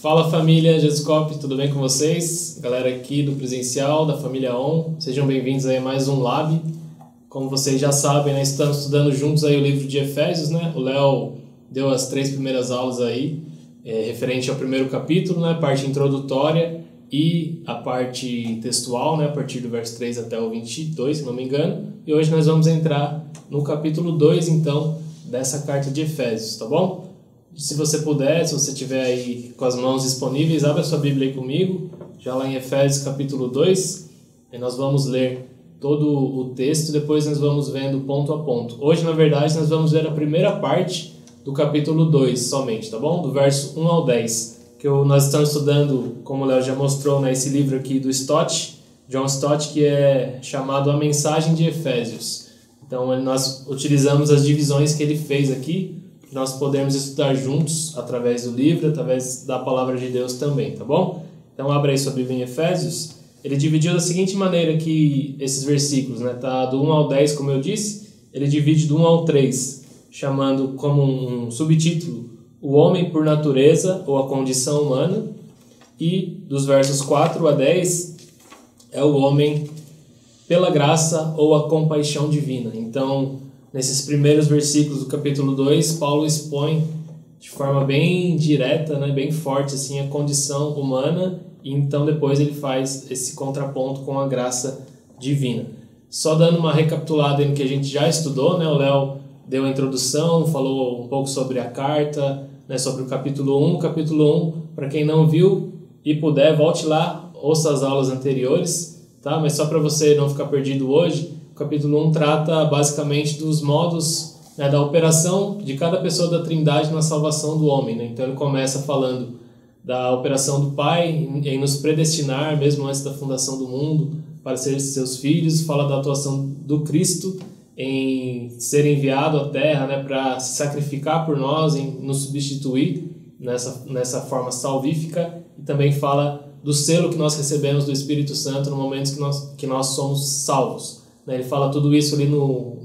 Fala família Jesuscope, tudo bem com vocês? Galera aqui do presencial, da família ON, sejam bem-vindos aí a mais um Lab. Como vocês já sabem, né, estamos estudando juntos aí o livro de Efésios, né? O Léo deu as 3 primeiras aulas aí, referente ao primeiro capítulo, né? Parte introdutória e a parte textual, né? A partir do verso 3 até o 22, se não me engano. E hoje nós vamos entrar no capítulo 2, então, dessa carta de Efésios, tá bom? Se você puder, se você tiver aí com as mãos disponíveis, abra sua Bíblia aí comigo, já lá em Efésios capítulo 2, e nós vamos ler todo o texto, depois nós vamos vendo ponto a ponto. Hoje, na verdade, nós vamos ver a primeira parte do capítulo 2 somente, tá bom? Do verso 1 ao 10, que nós estamos estudando, como o Léo já mostrou, né, esse livro aqui do Stott, John Stott, que é chamado A Mensagem de Efésios. Então, nós utilizamos as divisões que ele fez aqui, nós podemos estudar juntos através do livro, através da palavra de Deus também, tá bom? Então abra aí sua Bíblia em Efésios. Ele dividiu da seguinte maneira que esses versículos, né? Tá do 1 ao 10, como eu disse, ele divide do 1 ao 3, chamando como um subtítulo o homem por natureza ou a condição humana, e dos versos 4 a 10 é o homem pela graça ou a compaixão divina. Então, nesses primeiros versículos do capítulo 2, Paulo expõe de forma bem direta, né, bem forte assim, a condição humana, e então depois ele faz esse contraponto com a graça divina. Só dando uma recapitulada no que a gente já estudou, né, o Léo deu a introdução, falou um pouco sobre a carta, né, sobre o capítulo 1. Capítulo 1, para quem não viu e puder, volte lá, ouça as aulas anteriores, tá? Mas só para você não ficar perdido hoje, o capítulo 1 trata basicamente dos modos, né, da operação de cada pessoa da Trindade na salvação do homem, né? Então ele começa falando da operação do Pai em nos predestinar, mesmo antes da fundação do mundo, para ser seus filhos. Fala da atuação do Cristo em ser enviado à Terra, né, para se sacrificar por nós, em nos substituir nessa forma salvífica. E também fala do selo que nós recebemos do Espírito Santo no momento que nós somos salvos. Ele fala tudo isso ali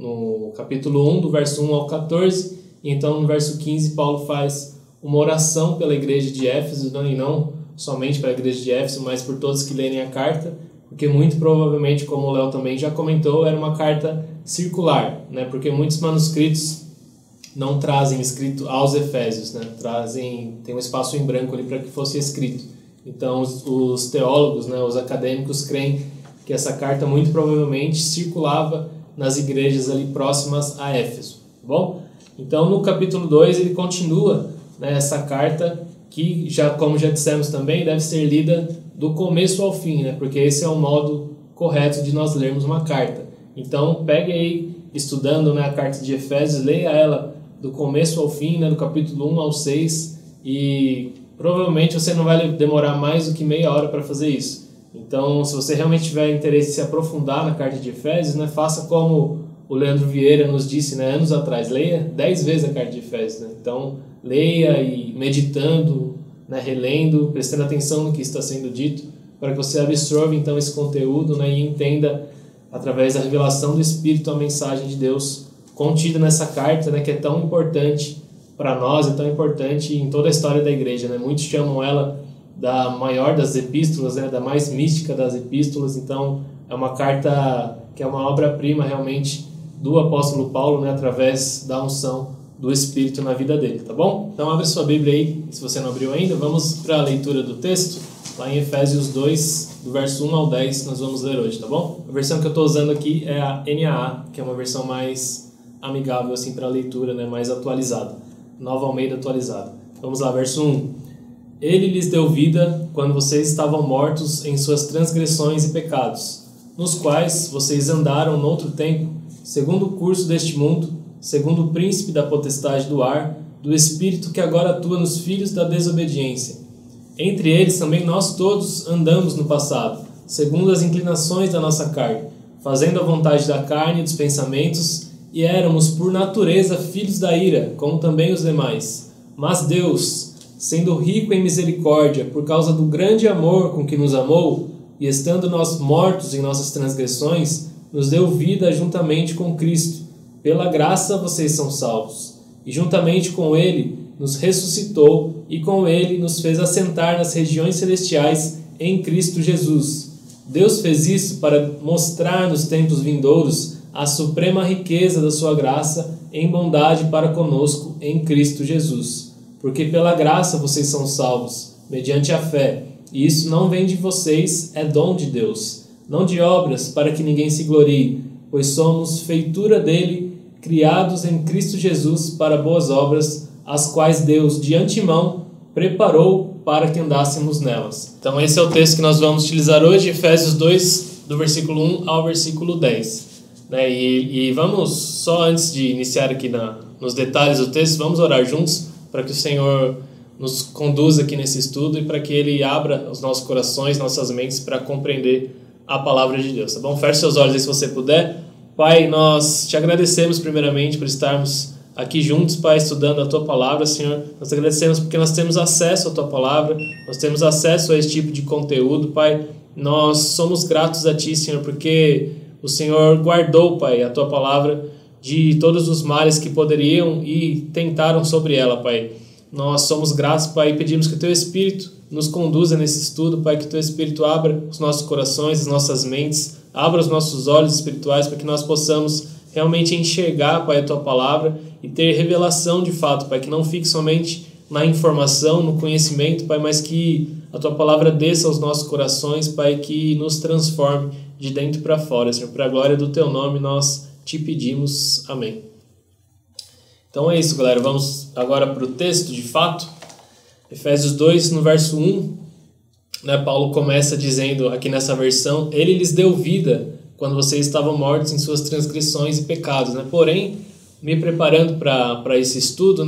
no capítulo 1, do verso 1 ao 14, e então no verso 15 Paulo faz uma oração pela igreja de Éfeso, e não somente pela igreja de Éfeso, mas por todos que lerem a carta, porque muito provavelmente, como o Léo também já comentou, era uma carta circular, né? Porque muitos manuscritos não trazem escrito aos Efésios, né? Tem um espaço em branco ali para que fosse escrito. Então os teólogos, né, os acadêmicos creem que essa carta muito provavelmente circulava nas igrejas ali próximas a Éfeso, tá bom? Então no capítulo 2 ele continua, né, essa carta que, como já dissemos também, deve ser lida do começo ao fim, né, porque esse é o modo correto de nós lermos uma carta. Então pegue aí, estudando, né, a carta de Efésios, leia ela do começo ao fim, né, do capítulo 1 ao 6, e provavelmente você não vai demorar mais do que meia hora para fazer isso. Então, se você realmente tiver interesse em se aprofundar na carta de Efésios, né, faça como o Leandro Vieira nos disse, né, anos atrás, leia 10 vezes a carta de Efésios. Né? Então, leia e meditando, né, relendo, prestando atenção no que está sendo dito, para que você absorva então esse conteúdo, né, e entenda, através da revelação do Espírito, a mensagem de Deus contida nessa carta, né, que é tão importante para nós, é tão importante em toda a história da igreja. Né? Muitos chamam ela da maior das epístolas, né, da mais mística das epístolas. Então é uma carta que é uma obra-prima realmente do apóstolo Paulo, né, através da unção do Espírito na vida dele, tá bom? Então abre sua Bíblia aí, se você não abriu ainda, vamos para a leitura do texto, lá em Efésios 2, do verso 1 ao 10, nós vamos ler hoje, tá bom? A versão que eu estou usando aqui é a NAA, que é uma versão mais amigável assim para a leitura, né, mais atualizada, Nova Almeida atualizada. Vamos lá, verso 1. Ele lhes deu vida quando vocês estavam mortos em suas transgressões e pecados, nos quais vocês andaram noutro tempo, segundo o curso deste mundo, segundo o príncipe da potestade do ar, do espírito que agora atua nos filhos da desobediência. Entre eles também nós todos andamos no passado, segundo as inclinações da nossa carne, fazendo a vontade da carne e dos pensamentos, e éramos por natureza filhos da ira, como também os demais. Mas Deus, sendo rico em misericórdia, por causa do grande amor com que nos amou, e estando nós mortos em nossas transgressões, nos deu vida juntamente com Cristo. Pela graça vocês são salvos. E juntamente com Ele nos ressuscitou e com Ele nos fez assentar nas regiões celestiais em Cristo Jesus. Deus fez isso para mostrar nos tempos vindouros a suprema riqueza da sua graça em bondade para conosco em Cristo Jesus. Porque pela graça vocês são salvos, mediante a fé, e isso não vem de vocês, é dom de Deus, não de obras para que ninguém se glorie, pois somos feitura dele, criados em Cristo Jesus para boas obras, as quais Deus de antemão preparou para que andássemos nelas. Então esse é o texto que nós vamos utilizar hoje, Efésios 2, do versículo 1 ao versículo 10. E vamos, só antes de iniciar aqui nos detalhes do texto, vamos orar juntos para que o Senhor nos conduza aqui nesse estudo e para que Ele abra os nossos corações, nossas mentes para compreender a palavra de Deus, tá bom? Feche seus olhos aí se você puder. Pai, nós te agradecemos primeiramente por estarmos aqui juntos, Pai, estudando a Tua Palavra, Senhor. Nós te agradecemos porque nós temos acesso à Tua Palavra, nós temos acesso a esse tipo de conteúdo, Pai. Nós somos gratos a Ti, Senhor, porque o Senhor guardou, Pai, a Tua Palavra de todos os males que poderiam e tentaram sobre ela, Pai. Nós somos gratos, Pai, e pedimos que o Teu Espírito nos conduza nesse estudo, Pai, que o Teu Espírito abra os nossos corações, as nossas mentes, abra os nossos olhos espirituais para que nós possamos realmente enxergar, Pai, a Tua Palavra e ter revelação de fato, Pai, que não fique somente na informação, no conhecimento, Pai, mas que a Tua Palavra desça aos nossos corações, Pai, que nos transforme de dentro para fora, Senhor. Para a glória do Teu nome nós te pedimos. Amém. Então é isso, galera. Vamos agora para o texto, de fato. Efésios 2, no verso 1, Paulo começa dizendo aqui nessa versão: Ele lhes deu vida quando vocês estavam mortos em suas transgressões e pecados. Porém, me preparando para esse estudo,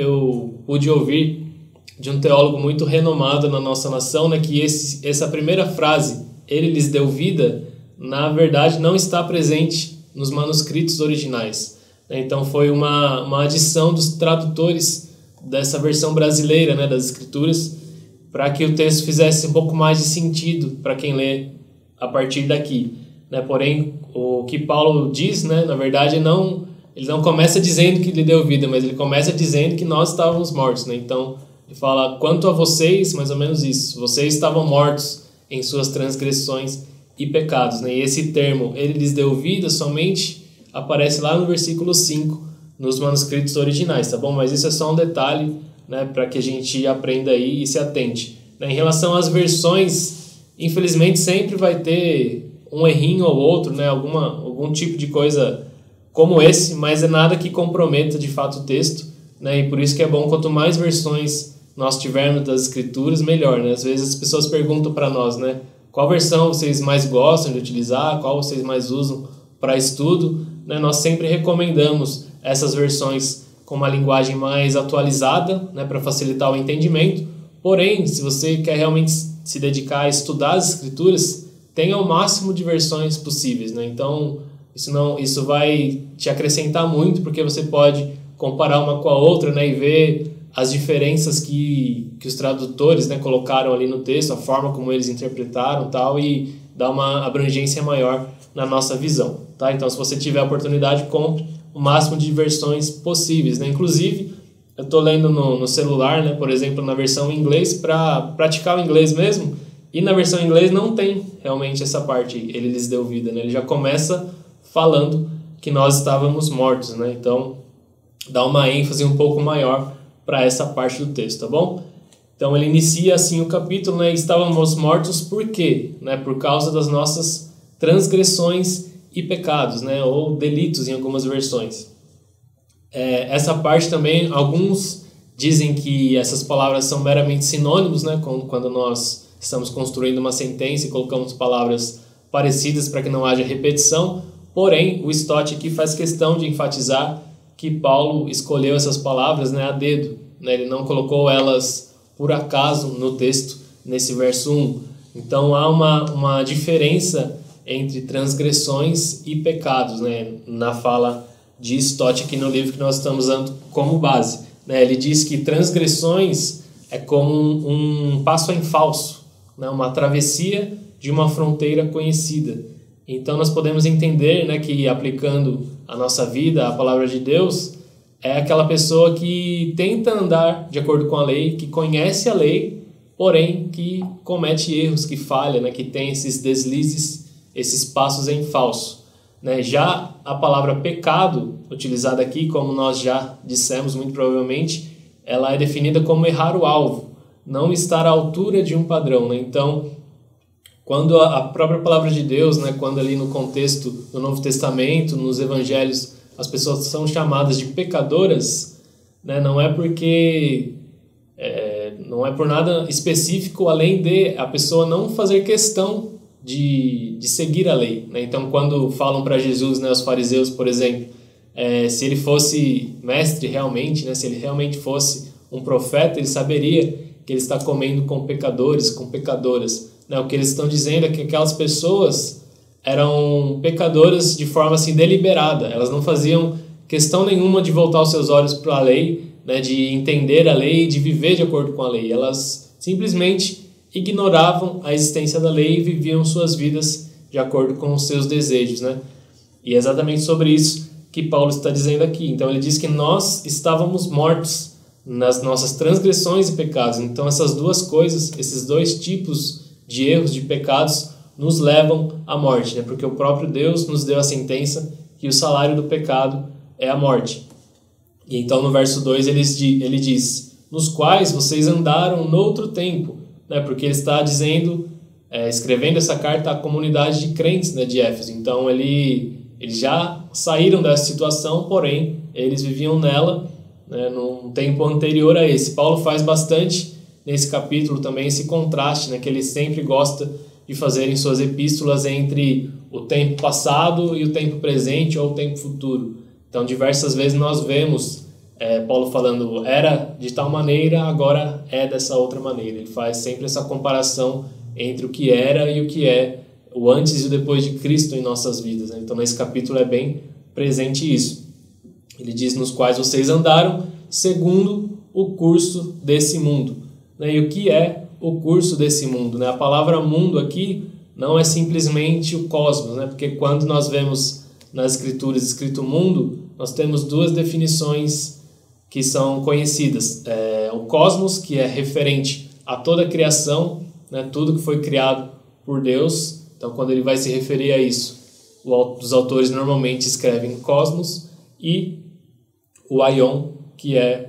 eu pude ouvir de um teólogo muito renomado na nossa nação, que essa primeira frase, Ele lhes deu vida, na verdade não está presente nos manuscritos originais. Então foi uma adição dos tradutores dessa versão brasileira, das Escrituras, para que o texto fizesse um pouco mais de sentido para quem lê a partir daqui. Porém, o que Paulo diz, na verdade, ele não começa dizendo que lhe deu vida, mas ele começa dizendo que nós estávamos mortos. Então, ele fala, quanto a vocês, mais ou menos isso, vocês estavam mortos em suas transgressões e pecados. E esse termo, ele lhes deu vida, somente aparece lá no versículo 5, nos manuscritos originais, tá bom? Mas isso é só um detalhe, para que a gente aprenda aí e se atente. Em relação às versões, infelizmente sempre vai ter um errinho ou outro, algum tipo de coisa como esse, mas é nada que comprometa de fato o texto, e por isso que é bom, quanto mais versões nós tivermos das Escrituras, melhor. Às vezes as pessoas perguntam para nós, qual versão vocês mais gostam de utilizar, qual vocês mais usam para estudo. Nós sempre recomendamos essas versões com uma linguagem mais atualizada, para facilitar o entendimento. Porém, se você quer realmente se dedicar a estudar as Escrituras, tenha o máximo de versões possíveis. Então, isso vai te acrescentar muito, porque você pode comparar uma com a outra, e ver as diferenças que os tradutores, colocaram ali no texto, a forma como eles interpretaram, tal, e dar uma abrangência maior na nossa visão. Tá? Então, se você tiver a oportunidade, compre o máximo de versões possíveis. Inclusive, eu estou lendo no celular, por exemplo, na versão em inglês, para praticar o inglês mesmo, e na versão em inglês não tem realmente essa parte, ele lhes deu vida. Ele já começa falando que nós estávamos mortos. Então, dá uma ênfase um pouco maior para essa parte do texto, tá bom? Então, ele inicia assim o capítulo, estávamos mortos por quê? Por causa das nossas transgressões e pecados, ou delitos em algumas versões. Essa parte também, alguns dizem que essas palavras são meramente sinônimos, quando nós estamos construindo uma sentença e colocamos palavras parecidas para que não haja repetição. Porém, o Stott aqui faz questão de enfatizar que Paulo escolheu essas palavras a dedo. Ele não colocou elas por acaso no texto, nesse verso 1. Então, há uma diferença entre transgressões e pecados, na fala de Stott aqui no livro que nós estamos usando como base. Ele diz que transgressões é como um passo em falso, uma travessia de uma fronteira conhecida. Então nós podemos entender, que aplicando a nossa vida, a palavra de Deus, é aquela pessoa que tenta andar de acordo com a lei, que conhece a lei, porém que comete erros, que falha, né? Que tem esses deslizes, esses passos em falso. Né? Já a palavra pecado, utilizada aqui, como nós já dissemos muito provavelmente, ela é definida como errar o alvo, não estar à altura de um padrão. Né? Então, quando a própria palavra de Deus, né, quando ali no contexto do Novo Testamento, nos evangelhos, as pessoas são chamadas de pecadoras, né, não é porque não é por nada específico, além de a pessoa não fazer questão de seguir a lei. Né? Então, quando falam para Jesus, né, os fariseus, por exemplo, se ele fosse mestre realmente, né, se ele realmente fosse um profeta, ele saberia que ele está comendo com pecadores, com pecadoras. Né? O que eles estão dizendo é que aquelas pessoas eram pecadoras de forma assim deliberada. Elas não faziam questão nenhuma de voltar os seus olhos para a lei, né, de entender a lei, de viver de acordo com a lei. Elas simplesmente ignoravam a existência da lei e viviam suas vidas de acordo com os seus desejos. Né? E é exatamente sobre isso que Paulo está dizendo aqui. Então ele diz que nós estávamos mortos nas nossas transgressões e pecados. Então essas duas coisas, esses dois tipos de erros, de pecados, nos levam à morte, né? Porque o próprio Deus nos deu a sentença que o salário do pecado é a morte. E então no verso 2 ele diz, nos quais vocês andaram noutro tempo, né? Porque ele está dizendo, escrevendo essa carta à comunidade de crentes, né, de Éfeso. Então eles já saíram dessa situação, porém eles viviam nela, né, num tempo anterior a esse. Paulo faz bastante nesse capítulo também esse contraste, né, que ele sempre gosta de fazer em suas epístolas entre o tempo passado e o tempo presente ou o tempo futuro. Então, diversas vezes nós vemos Paulo falando, era de tal maneira, agora é dessa outra maneira. Ele faz sempre essa comparação entre o que era e o que é, o antes e o depois de Cristo em nossas vidas. Né? Então, nesse capítulo é bem presente isso. Ele diz, nos quais vocês andaram segundo o curso desse mundo. Né? E o que é o curso desse mundo? Né? A palavra mundo aqui não é simplesmente o cosmos, né? Porque quando nós vemos nas escrituras escrito mundo, nós temos duas definições que são conhecidas. O cosmos, que é referente a toda a criação, né? Tudo que foi criado por Deus. Então, quando ele vai se referir a isso, os autores normalmente escrevem cosmos, e o aion, que é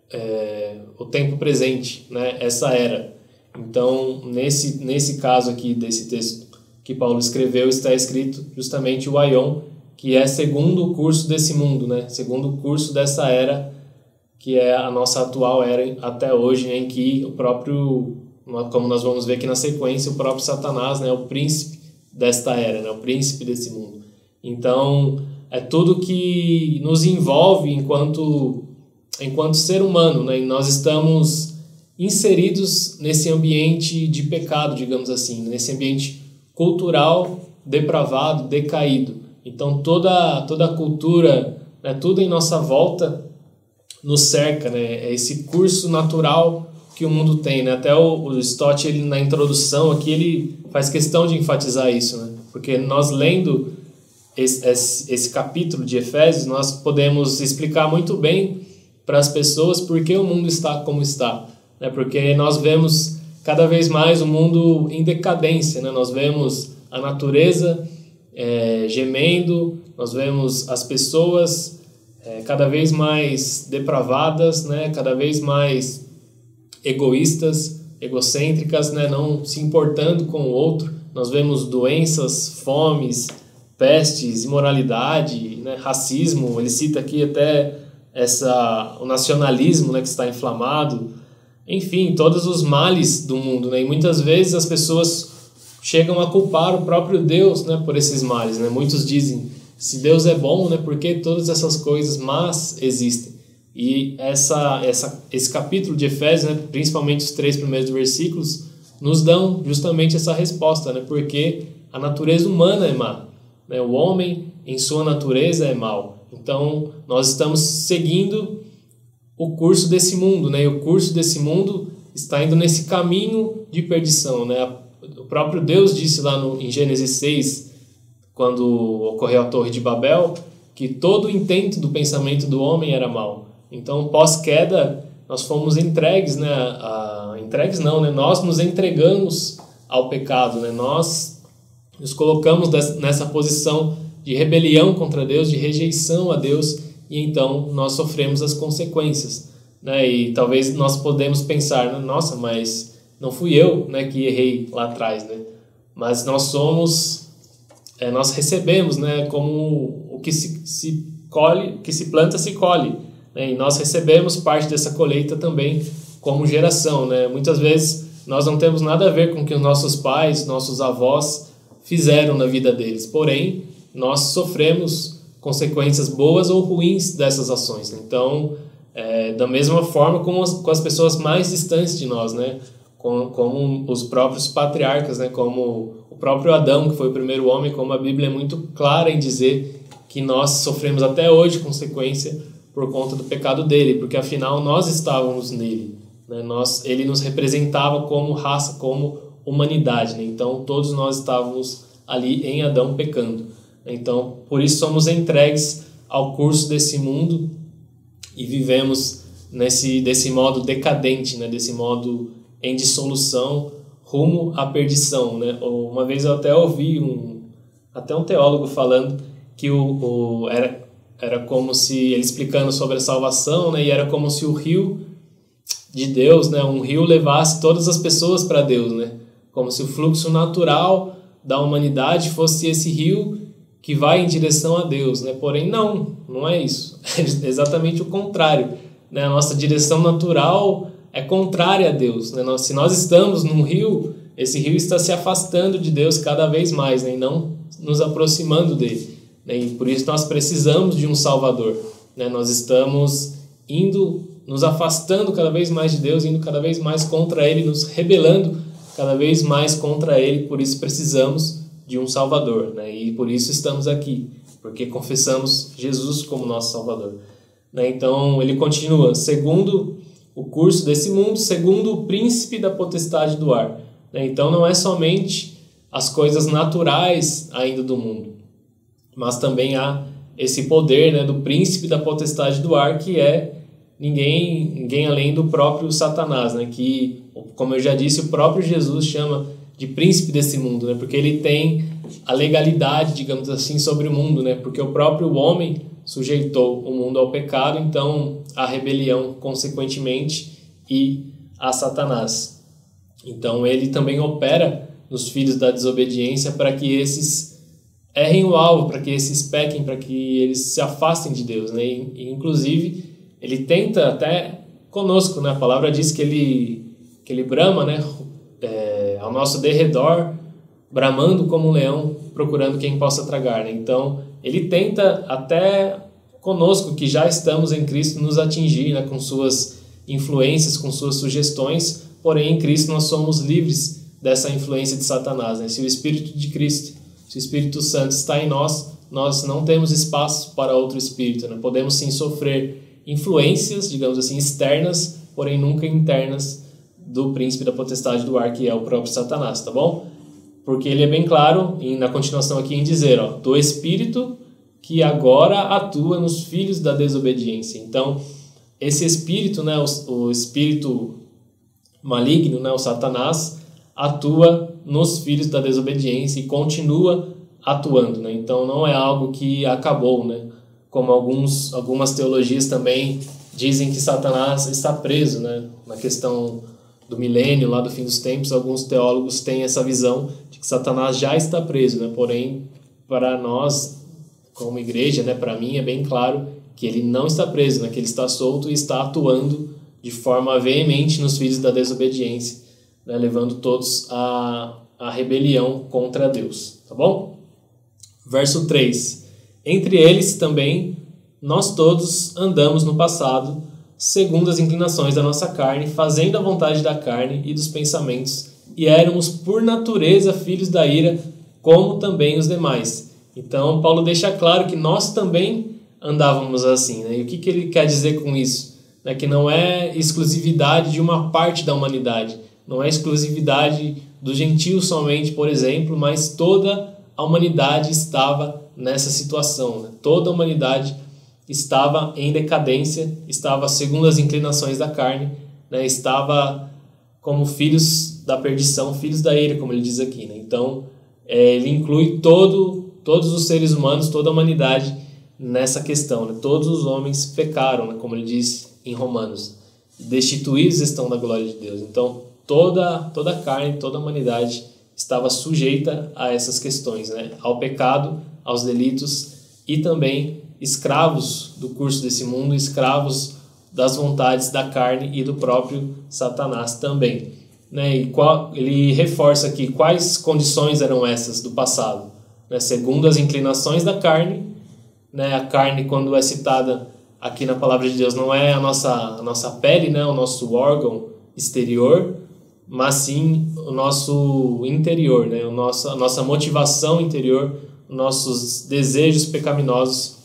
o tempo presente, né? Essa era. Então, nesse caso aqui, desse texto que Paulo escreveu, está escrito justamente o aion, que é segundo o curso desse mundo, né? Segundo o curso dessa era, que é a nossa atual era até hoje, né? Em que o próprio, como nós vamos ver aqui na sequência, o próprio Satanás, né? O príncipe desta era, né? O príncipe desse mundo. Então, é tudo que nos envolve enquanto ser humano, né? E nós estamos inseridos nesse ambiente de pecado, digamos assim, nesse ambiente cultural depravado, decaído. Então toda a cultura, né, tudo em nossa volta nos cerca, né? É esse curso natural que o mundo tem, né? Até o Stott, ele, na introdução aqui, ele faz questão de enfatizar isso, né? Porque nós lendo esse capítulo de Efésios, nós podemos explicar muito bem para as pessoas por que o mundo está como está, né? Porque nós vemos cada vez mais o mundo em decadência, né? Nós vemos a natureza gemendo, nós vemos as pessoas cada vez mais depravadas, né? Cada vez mais egoístas, egocêntricas, né? Não se importando com o outro. Nós vemos doenças, fomes, pestes, imoralidade, né? Racismo. Ele cita aqui até o nacionalismo, né? Que está inflamado. Enfim, todos os males do mundo, né? E muitas vezes as pessoas chegam a culpar o próprio Deus, né, por esses males, né? Muitos dizem, se Deus é bom, né, por que todas essas coisas más existem? E esse capítulo de Efésios, né, principalmente os 3 primeiros versículos, nos dão justamente essa resposta, né? Porque a natureza humana é má, né? O homem, em sua natureza, é mau. Então, nós estamos seguindo o curso desse mundo, né? E o curso desse mundo está indo nesse caminho de perdição, né? O próprio Deus disse lá em Gênesis 6, quando ocorreu a Torre de Babel, que todo o intento do pensamento do homem era mau. Então, pós-queda, nós fomos entregues, né? Entregues não, né? Nós nos entregamos ao pecado, né? Nós nos colocamos nessa posição de rebelião contra Deus, de rejeição a Deus, e então nós sofremos as consequências, né? E talvez nós podemos pensar, né? Nossa, mas não fui eu, né, que errei lá atrás, né? Mas nós recebemos, né, como o que se colhe, que se planta se colhe, né? E nós recebemos parte dessa colheita também como geração, né? Muitas vezes nós não temos nada a ver com o que os nossos pais, nossos avós fizeram na vida deles, porém nós sofremos consequências boas ou ruins dessas ações. Então, da mesma forma com as pessoas mais distantes de nós, né? Como os próprios patriarcas, né? Como o próprio Adão, que foi o primeiro homem, como a Bíblia é muito clara em dizer que nós sofremos até hoje consequência por conta do pecado dele, porque afinal nós estávamos nele, né? Ele nos representava como raça, como humanidade, né? Então todos nós estávamos ali em Adão pecando. Então por isso somos entregues ao curso desse mundo e vivemos desse modo decadente, né? Desse modo em dissolução rumo à perdição, né? Uma vez eu até ouvi um teólogo falando que era como se ele explicando sobre a salvação, né? E era como se o rio de Deus, né? Um rio levasse todas as pessoas para Deus, né? Como se o fluxo natural da humanidade fosse esse rio que vai em direção a Deus, né? Porém não é isso. É exatamente o contrário, né? A nossa direção natural é contrária a Deus, né? Se nós estamos num rio, esse rio está se afastando de Deus cada vez mais, né? E não nos aproximando dele, né? E por isso nós precisamos de um Salvador, né? Nós estamos nos afastando cada vez mais de Deus, indo cada vez mais contra Ele, nos rebelando cada vez mais contra Ele, por isso precisamos de um Salvador, né? E por isso estamos aqui, porque confessamos Jesus como nosso Salvador, né? Então ele continua, segundo o curso desse mundo, segundo o príncipe da potestade do ar, né? Então não é somente as coisas naturais ainda do mundo, mas também há esse poder, né, do príncipe da potestade do ar, que é ninguém além do próprio Satanás, né? Que, como eu já disse, o próprio Jesus chama de príncipe desse mundo, né? Porque ele tem a legalidade, digamos assim, sobre o mundo, né? Porque o próprio homem sujeitou o mundo ao pecado, então a rebelião, consequentemente, e a Satanás. Então ele também opera nos filhos da desobediência para que esses errem o alvo, para que esses pequem, para que eles se afastem de Deus, né? E inclusive ele tenta até conosco, né? A palavra diz que ele brama, né? Ao nosso derredor, bramando como um leão, procurando quem possa tragar, né? Então ele tenta até conosco, que já estamos em Cristo, nos atingir, né? Com suas influências, com suas sugestões, porém em Cristo nós somos livres dessa influência de Satanás, né? Se o Espírito de Cristo, se o Espírito Santo está em nós, nós não temos espaço para outro espírito, né? Podemos sim sofrer influências, digamos assim, externas, porém nunca internas, do príncipe da potestade do ar, que é o próprio Satanás, tá bom? Porque ele é bem claro, na continuação aqui, em dizer, do Espírito que agora atua nos filhos da desobediência. Então, esse Espírito, né, o Espírito maligno, né, o Satanás, atua nos filhos da desobediência e continua atuando, né? Então, não é algo que acabou, né? Como algumas teologias também dizem que Satanás está preso, né? Na questão do milênio, lá do fim dos tempos, alguns teólogos têm essa visão de que Satanás já está preso, né? Porém, para nós, como igreja, né, para mim é bem claro que ele não está preso, né? Que ele está solto e está atuando de forma veemente nos filhos da desobediência, né? Levando todos à rebelião contra Deus, tá bom? Verso 3. Entre eles também nós todos andamos no passado, segundo as inclinações da nossa carne, fazendo a vontade da carne e dos pensamentos, e éramos por natureza filhos da ira, como também os demais. Então Paulo deixa claro que nós também andávamos assim, né? E o que ele quer dizer com isso? Né? Que não é exclusividade de uma parte da humanidade, não é exclusividade dos gentios somente, por exemplo, mas toda a humanidade estava nessa situação, né? Toda a humanidade estava em decadência, estava segundo as inclinações da carne, né? Estava como filhos da perdição, filhos da ira, como ele diz aqui, né? Então, ele inclui todos os seres humanos, toda a humanidade nessa questão, né? Todos os homens pecaram, né? Como ele diz em Romanos, destituídos estão da glória de Deus. Então, toda a carne, toda a humanidade estava sujeita a essas questões, né? Ao pecado, aos delitos e também escravos do curso desse mundo, escravos das vontades da carne e do próprio Satanás também, né? E ele reforça aqui quais condições eram essas do passado, né? Segundo as inclinações da carne, né? A carne, quando é citada aqui na palavra de Deus, não é a nossa pele, né? O nosso órgão exterior, mas sim o nosso interior, né? A nossa motivação interior, nossos desejos pecaminosos,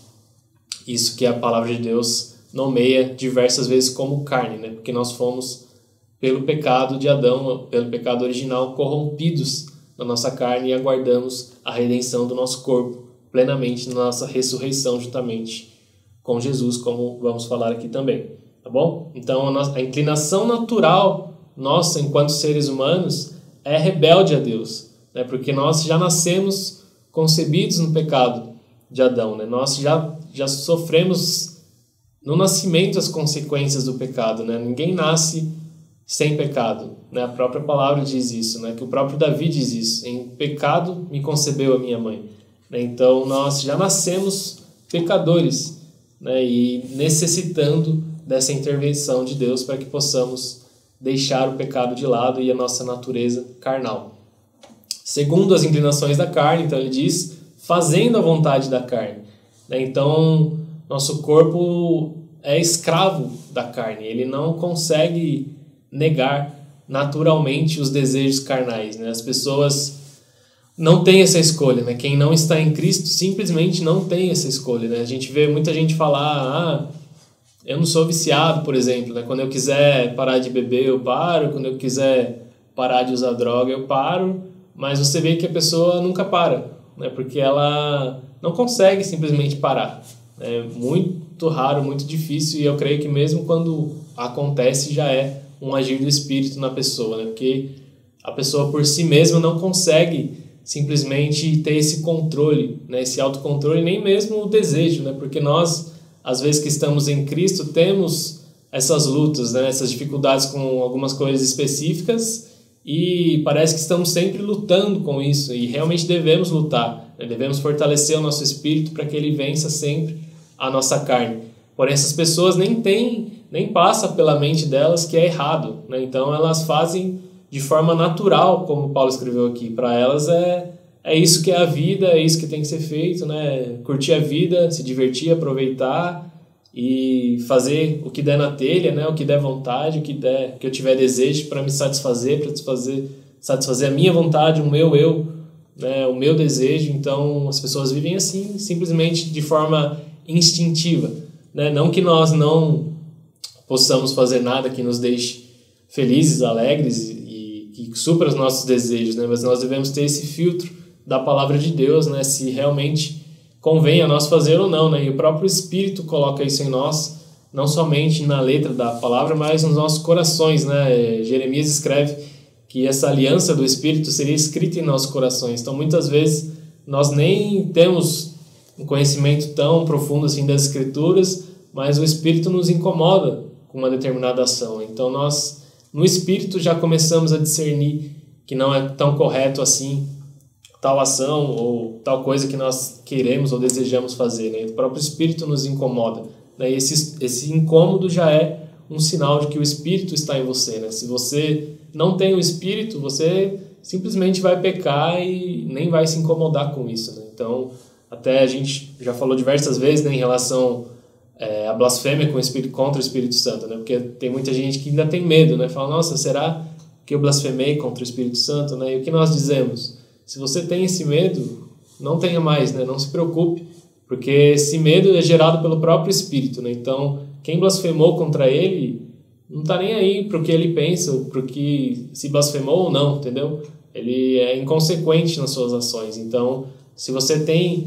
isso que a palavra de Deus nomeia diversas vezes como carne, né? Porque nós fomos, pelo pecado de Adão, pelo pecado original, corrompidos na nossa carne e aguardamos a redenção do nosso corpo plenamente na nossa ressurreição juntamente com Jesus, como vamos falar aqui também, tá bom? Então a inclinação natural nossa enquanto seres humanos é rebelde a Deus, né? Porque nós já nascemos concebidos no pecado de Adão, né? Nós já sofremos no nascimento as consequências do pecado, né? Ninguém nasce sem pecado, né? A própria palavra diz isso, né? Que o próprio Davi diz isso: em pecado me concebeu a minha mãe, né? Então nós já nascemos pecadores, né? E necessitando dessa intervenção de Deus para que possamos deixar o pecado de lado e a nossa natureza carnal. Segundo as inclinações da carne, então ele diz, fazendo a vontade da carne, né? Então nosso corpo é escravo da carne, ele não consegue negar naturalmente os desejos carnais, né? As pessoas não têm essa escolha, né? Quem não está em Cristo simplesmente não tem essa escolha, né? A gente vê muita gente falar, eu não sou viciado, por exemplo, né? Quando eu quiser parar de beber, eu paro, quando eu quiser parar de usar droga, eu paro, mas você vê que a pessoa nunca para, né? Porque ela não consegue simplesmente parar. É muito raro, muito difícil, e eu creio que mesmo quando acontece já é um agir do Espírito na pessoa, né? Porque a pessoa por si mesma não consegue simplesmente ter esse controle, né? Esse autocontrole, nem mesmo o desejo, né? Porque nós, às vezes que estamos em Cristo, temos essas lutas, né? Essas dificuldades com algumas coisas específicas e parece que estamos sempre lutando com isso, e realmente devemos lutar, né? Devemos fortalecer o nosso espírito para que ele vença sempre a nossa carne. Porém, essas pessoas nem passa pela mente delas que é errado, né? Então elas fazem de forma natural, como Paulo escreveu aqui. Para elas é isso que é a vida, é isso que tem que ser feito, né? Curtir a vida, se divertir, aproveitar e fazer o que der na telha, né? O que der vontade, o que eu tiver desejo para me satisfazer, para satisfazer a minha vontade, o meu eu, né? O meu desejo. Então as pessoas vivem assim, simplesmente de forma instintiva, né? Não que nós não possamos fazer nada que nos deixe felizes, alegres e que supra os nossos desejos, né? Mas nós devemos ter esse filtro da palavra de Deus, né? Se realmente convém a nós fazer ou não, né? E o próprio Espírito coloca isso em nós, não somente na letra da palavra, mas nos nossos corações, né? Jeremias escreve que essa aliança do Espírito seria escrita em nossos corações. Então, muitas vezes, nós nem temos um conhecimento tão profundo assim das Escrituras, mas o Espírito nos incomoda com uma determinada ação. Então nós, no Espírito, já começamos a discernir que não é tão correto assim tal ação ou tal coisa que nós queremos ou desejamos fazer, né? O próprio Espírito nos incomoda, né? E esse incômodo já é um sinal de que o Espírito está em você, né? Se você não tem o Espírito, você simplesmente vai pecar e nem vai se incomodar com isso, né? Então, até a gente já falou diversas vezes, né, em relação a blasfêmia contra o Espírito Santo, né? Porque tem muita gente que ainda tem medo, né? Fala, nossa, será que eu blasfemei contra o Espírito Santo, né? E o que nós dizemos? Se você tem esse medo, não tenha mais, né? Não se preocupe, porque esse medo é gerado pelo próprio Espírito, né? Então, quem blasfemou contra ele não está nem aí para o que ele pensa, para o que se blasfemou ou não, entendeu? Ele é inconsequente nas suas ações. Então, se você tem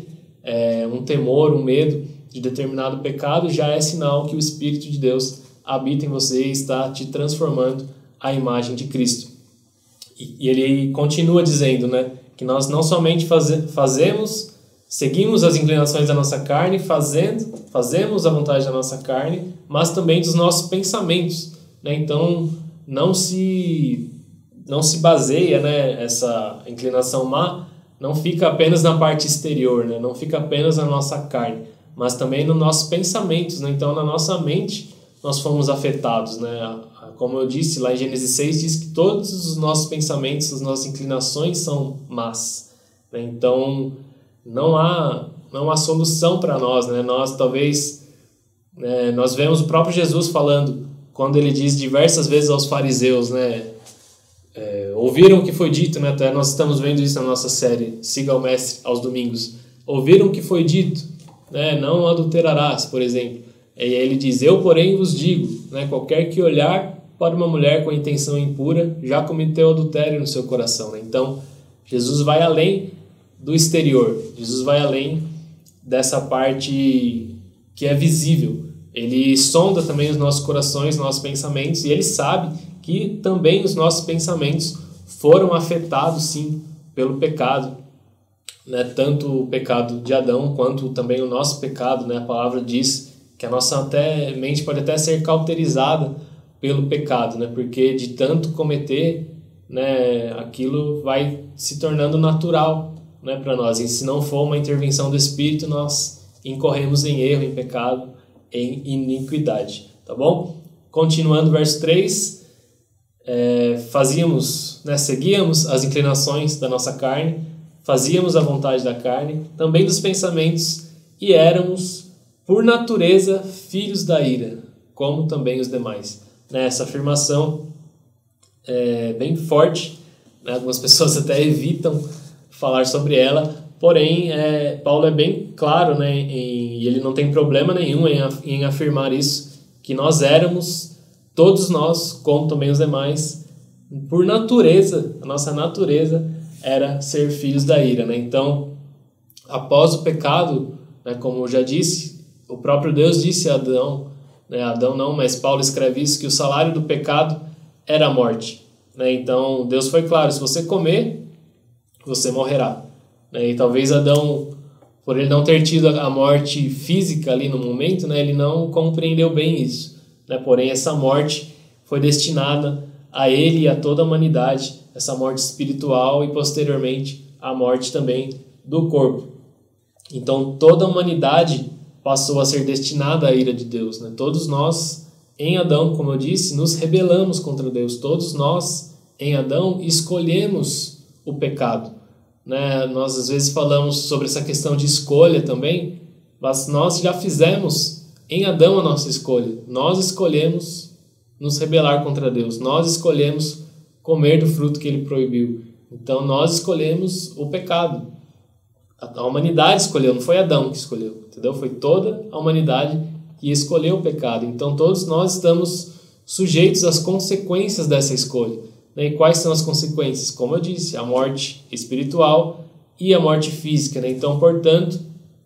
um temor, um medo de determinado pecado, já é sinal que o Espírito de Deus habita em você e está te transformando à imagem de Cristo. E ele continua dizendo, né, que nós não somente seguimos as inclinações da nossa carne, fazemos a vontade da nossa carne, mas também dos nossos pensamentos, né? Então, não se baseia, né, essa inclinação má, não fica apenas na parte exterior, né? Não fica apenas na nossa carne, mas também nos nossos pensamentos, né? Então, na nossa mente, nós fomos afetados, né? Como eu disse, lá em Gênesis 6, diz que todos os nossos pensamentos, as nossas inclinações são más, né? Então, não há solução para nós, né? Nós vemos o próprio Jesus falando, quando ele diz diversas vezes aos fariseus, né? Ouviram o que foi dito, né? Até nós estamos vendo isso na nossa série Siga o Mestre aos domingos. Ouviram o que foi dito, né? Não adulterarás, por exemplo. E aí ele diz, eu porém vos digo, né? Qualquer que olhar para uma mulher com intenção impura já cometeu adultério no seu coração, né? Então, Jesus vai além do exterior. Jesus vai além dessa parte que é visível. Ele sonda também os nossos corações, nossos pensamentos, e ele sabe que também os nossos pensamentos foram afetados, sim, pelo pecado, né? Tanto o pecado de Adão quanto também o nosso pecado, né? A palavra diz que a nossa mente pode até ser cauterizada pelo pecado, né? Porque de tanto cometer, né, aquilo vai se tornando natural, né, para nós. E se não for uma intervenção do Espírito, nós incorremos em erro, em pecado, em iniquidade. Tá bom? Continuando, verso 3, seguíamos as inclinações da nossa carne, fazíamos a vontade da carne, também dos pensamentos, e éramos, por natureza, filhos da ira, como também os demais. Essa afirmação é bem forte, né? Algumas pessoas até evitam falar sobre ela, porém, Paulo é bem claro, né? E ele não tem problema nenhum em afirmar isso, que nós éramos, todos nós, como também os demais, por natureza, a nossa natureza era ser filhos da ira, né? Então, após o pecado, né, como eu já disse, o próprio Deus disse a Adão, né, Adão não, mas Paulo escreve isso, que o salário do pecado era a morte, né? Então, Deus foi claro, se você comer, você morrerá, né? E talvez Adão, por ele não ter tido a morte física ali no momento, né, ele não compreendeu bem isso, né? Porém, essa morte foi destinada a ele e a toda a humanidade, essa morte espiritual e posteriormente a morte também do corpo. Então toda a humanidade passou a ser destinada à ira de Deus, né? Todos nós em Adão, como eu disse, nos rebelamos contra Deus. Todos nós em Adão escolhemos o pecado, né? Nós às vezes falamos sobre essa questão de escolha também, mas nós já fizemos em Adão a nossa escolha. Nós escolhemos nos rebelar contra Deus. Nós escolhemos comer do fruto que ele proibiu. Então nós escolhemos o pecado. A humanidade escolheu, não foi Adão que escolheu, entendeu? Foi toda a humanidade que escolheu o pecado. Então todos nós estamos sujeitos às consequências dessa escolha, né? E quais são as consequências? Como eu disse, a morte espiritual e a morte física, né? Então, portanto,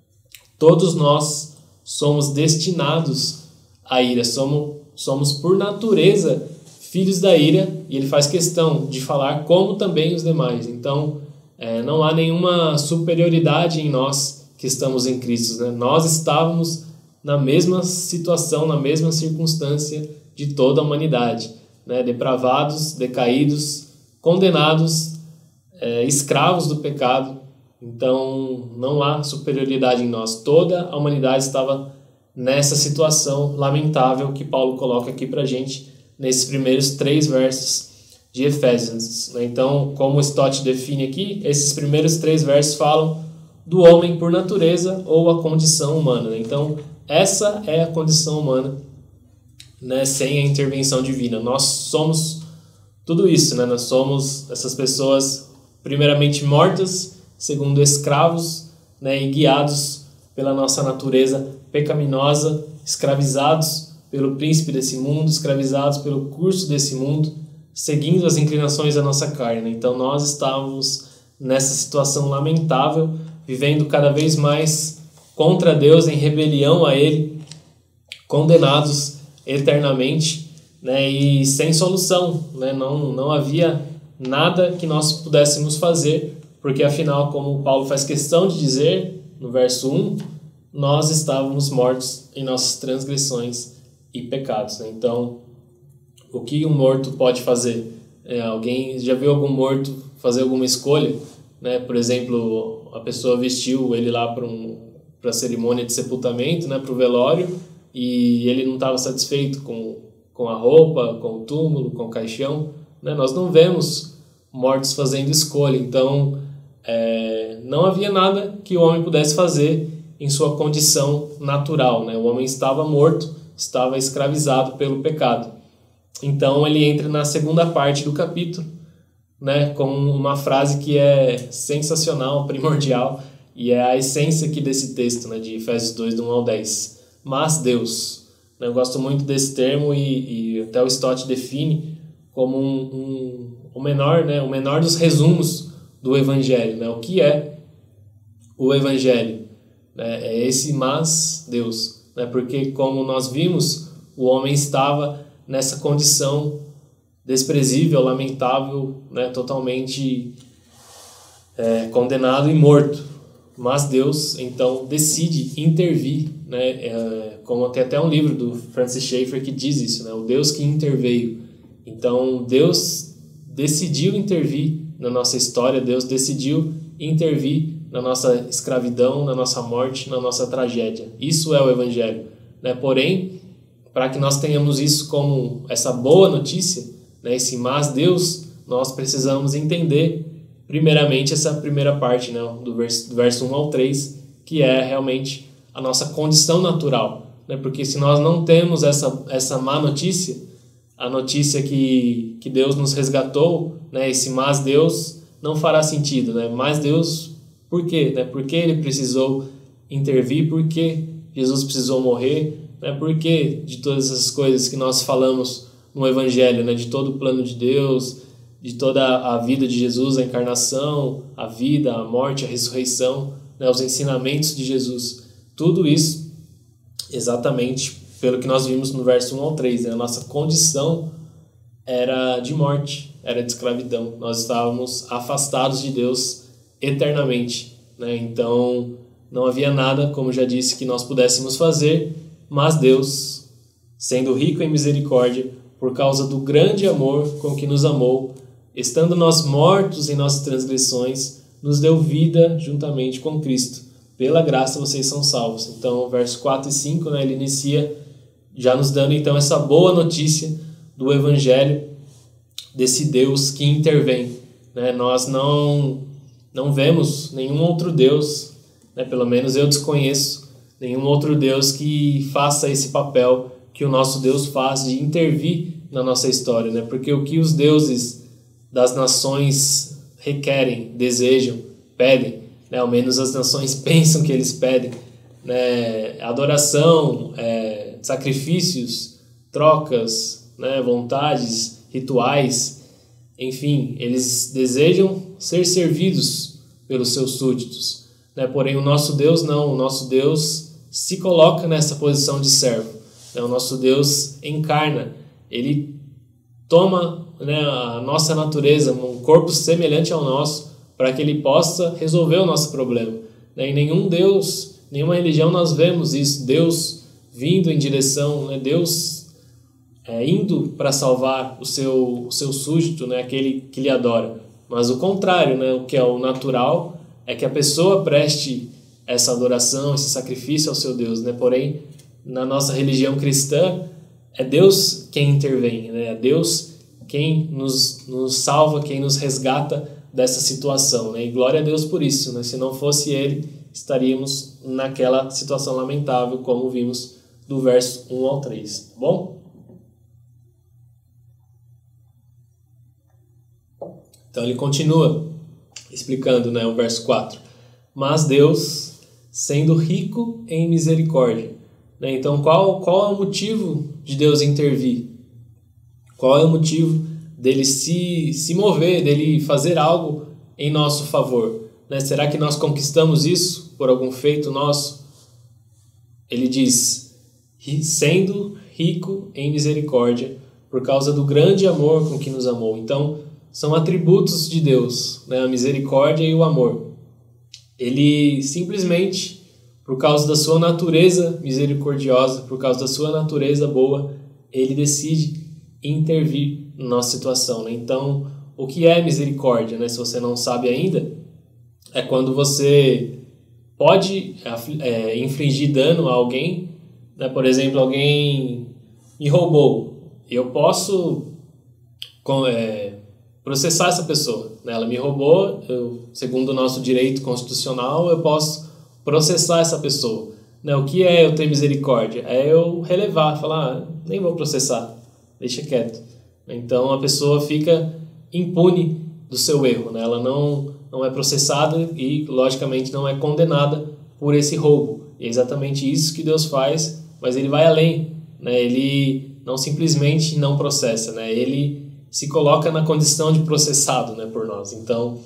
todos nós somos destinados à ira. Somos por natureza filhos da ira, e ele faz questão de falar como também os demais. Então, não há nenhuma superioridade em nós que estamos em Cristo, né? Nós estávamos na mesma situação, na mesma circunstância de toda a humanidade, né? Depravados, decaídos, condenados, escravos do pecado. Então, não há superioridade em nós. Toda a humanidade estava nessa situação lamentável que Paulo coloca aqui para a gente, nesses primeiros 3 versos de Efésios. Então, como o Stott define aqui, esses primeiros 3 versos falam do homem por natureza ou a condição humana. Então, essa é a condição humana, né, sem a intervenção divina. Nós somos tudo isso, né? Nós somos essas pessoas primeiramente mortas, segundo escravos, né, e guiados pela nossa natureza pecaminosa, escravizados pelo príncipe desse mundo, escravizados pelo curso desse mundo, seguindo as inclinações da nossa carne. Então nós estávamos nessa situação lamentável, vivendo cada vez mais contra Deus, em rebelião a Ele, condenados eternamente, né, e sem solução, né, não havia nada que nós pudéssemos fazer, porque afinal, como Paulo faz questão de dizer no verso 1, nós estávamos mortos em nossas transgressões e pecados, né? Então, o que um morto pode fazer? Alguém já viu algum morto fazer alguma escolha, né? Por exemplo, a pessoa vestiu ele lá para a cerimônia de sepultamento, né, para o velório, e ele não estava satisfeito com a roupa, com o túmulo, com o caixão, né? Nós não vemos mortos fazendo escolha, então não havia nada que o homem pudesse fazer em sua condição natural, né? O homem estava morto, estava escravizado pelo pecado. Então ele entra na segunda parte do capítulo, né, com uma frase que é sensacional, primordial, e é a essência aqui desse texto, né, de Efésios 2, do 1 ao 10. Mas Deus. Eu gosto muito desse termo e até o Stott define como o menor, né, o menor dos resumos do Evangelho. Né? O que é o Evangelho? É esse mas Deus. Né? Porque, como nós vimos, o homem estava nessa condição desprezível, lamentável, né? Totalmente condenado e morto. Mas Deus, então, decide intervir, né? Como tem até um livro do Francis Schaeffer que diz isso, né? O Deus que interveio. Então, Deus decidiu intervir na nossa história, Deus decidiu intervir na nossa escravidão, na nossa morte, na nossa tragédia. Isso é o Evangelho, né? Porém, para que nós tenhamos isso como essa boa notícia, né, esse mas Deus, nós precisamos entender primeiramente essa primeira parte, né, do verso 1 ao 3, que é realmente a nossa condição natural, né, porque se nós não temos essa má notícia, a notícia que Deus nos resgatou, né, esse mas Deus não fará sentido, né, mas Deus, por quê? Né, por que Ele precisou intervir, por que Jesus precisou morrer, né, por que de todas essas coisas que nós falamos no Evangelho, né, de todo o plano de Deus, de toda a vida de Jesus, a encarnação, a vida, a morte, a ressurreição, né, os ensinamentos de Jesus. Tudo isso exatamente pelo que nós vimos no verso 1 ao 3. Né, a nossa condição era de morte, era de escravidão. Nós estávamos afastados de Deus eternamente. Né, então, não havia nada, como já disse, que nós pudéssemos fazer, mas Deus, sendo rico em misericórdia, por causa do grande amor com que nos amou, estando nós mortos em nossas transgressões, nos deu vida juntamente com Cristo. Pela graça vocês são salvos. Então, versos 4 e 5, né, ele inicia já nos dando então essa boa notícia do Evangelho, desse Deus que intervém. Né? Nós não vemos nenhum outro Deus, né, pelo menos eu desconheço, nenhum outro Deus que faça esse papel que o nosso Deus faz de intervir na nossa história, né? Porque o que os deuses das nações requerem, desejam, pedem, né? Ao menos as nações pensam que eles pedem, né? Adoração, sacrifícios, trocas, né? Vontades, rituais, enfim, eles desejam ser servidos pelos seus súditos, né? Porém o nosso Deus não, o nosso Deus se coloca nessa posição de servo. O nosso Deus encarna, Ele toma, né, a nossa natureza, um corpo semelhante ao nosso, para que Ele possa resolver o nosso problema. Em nenhum Deus, nenhuma religião nós vemos isso, Deus vindo em direção, né, Deus indo para salvar o seu súdito, né, aquele que lhe adora. Mas o contrário, né, o que é o natural, é que a pessoa preste essa adoração, esse sacrifício ao seu Deus, né? Porém, na nossa religião cristã, é Deus quem intervém, né? É Deus quem nos salva, quem nos resgata dessa situação, né? E glória a Deus por isso, né? Se não fosse Ele, estaríamos naquela situação lamentável, como vimos do verso 1 ao 3, tá bom? Então ele continua explicando, né, o verso 4. Mas Deus, sendo rico em misericórdia. Então, qual é o motivo de Deus intervir? Qual é o motivo dele se mover, dele fazer algo em nosso favor? né? Será que nós conquistamos isso por algum feito nosso? Ele diz, sendo rico em misericórdia, por causa do grande amor com que nos amou. Então, são atributos de Deus, né? A misericórdia e o amor. Ele simplesmente, por causa da sua natureza misericordiosa, por causa da sua natureza boa, ele decide intervir na nossa situação, né? Então, o que é misericórdia, né? Se você não sabe ainda, é quando você pode infligir dano a alguém, né? Por exemplo, alguém me roubou, eu posso processar essa pessoa, né? Ela me roubou, segundo o nosso direito constitucional, eu posso processar essa pessoa, né? O que é eu ter misericórdia? É eu relevar, falar, nem vou processar, deixa quieto. Então a pessoa fica impune do seu erro, né? Ela não é processada e, logicamente, não é condenada por esse roubo. E é exatamente isso que Deus faz, mas ele vai além, né? Ele não simplesmente não processa, né? Ele se coloca na condição de processado, né, por nós. Então,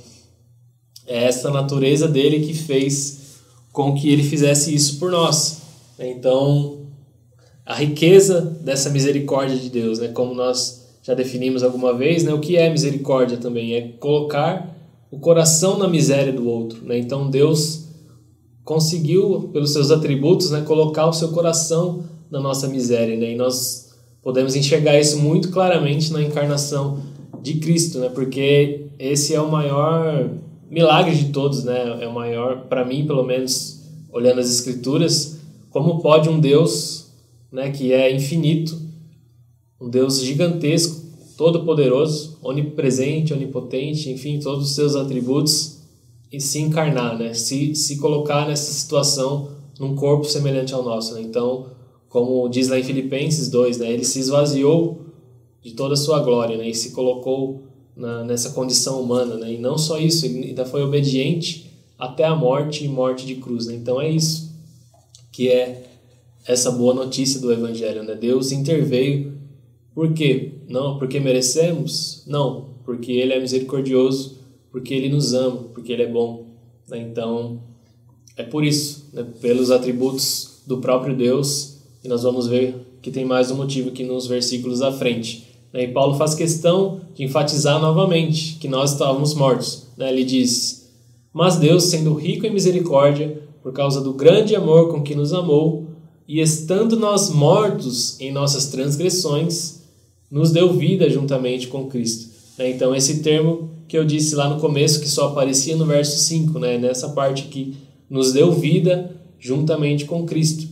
é essa natureza dele que fez com que ele fizesse isso por nós. Então, a riqueza dessa misericórdia de Deus, né, como nós já definimos alguma vez, né, o que é misericórdia também? É colocar o coração na miséria do outro, né? Então, Deus conseguiu, pelos seus atributos, né, colocar o seu coração na nossa miséria, né? E nós podemos enxergar isso muito claramente na encarnação de Cristo, né? Porque esse é o maior milagre de todos, né? É o maior, para mim, pelo menos, olhando as Escrituras, como pode um Deus, né, que é infinito, um Deus gigantesco, todo-poderoso, onipresente, onipotente, enfim, todos os seus atributos, e se encarnar, né? Se colocar nessa situação num corpo semelhante ao nosso, né? Então, como diz lá em Filipenses 2, né, ele se esvaziou de toda a sua glória, né, e se colocou nessa condição humana, né, e não só isso, ele ainda foi obediente até a morte e morte de cruz, né. Então é isso que é essa boa notícia do Evangelho, né. Deus interveio. Por quê? Não porque merecemos? Não, porque ele é misericordioso, porque ele nos ama, porque ele é bom, né. Então é por isso, né, pelos atributos do próprio Deus. E nós vamos ver que tem mais um motivo aqui nos versículos à frente. E Paulo faz questão de enfatizar novamente que nós estávamos mortos. Ele diz, mas Deus, sendo rico em misericórdia, por causa do grande amor com que nos amou, e estando nós mortos em nossas transgressões, nos deu vida juntamente com Cristo. Então esse termo que eu disse lá no começo, que só aparecia no verso 5, nessa parte aqui, nos deu vida juntamente com Cristo.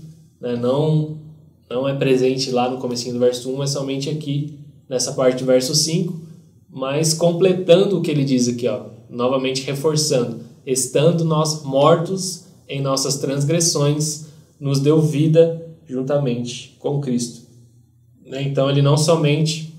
Não é presente lá no comecinho do verso 1, mas somente aqui, nessa parte do verso 5, mas completando o que ele diz aqui, novamente reforçando, estando nós mortos em nossas transgressões, nos deu vida juntamente com Cristo. Então ele não somente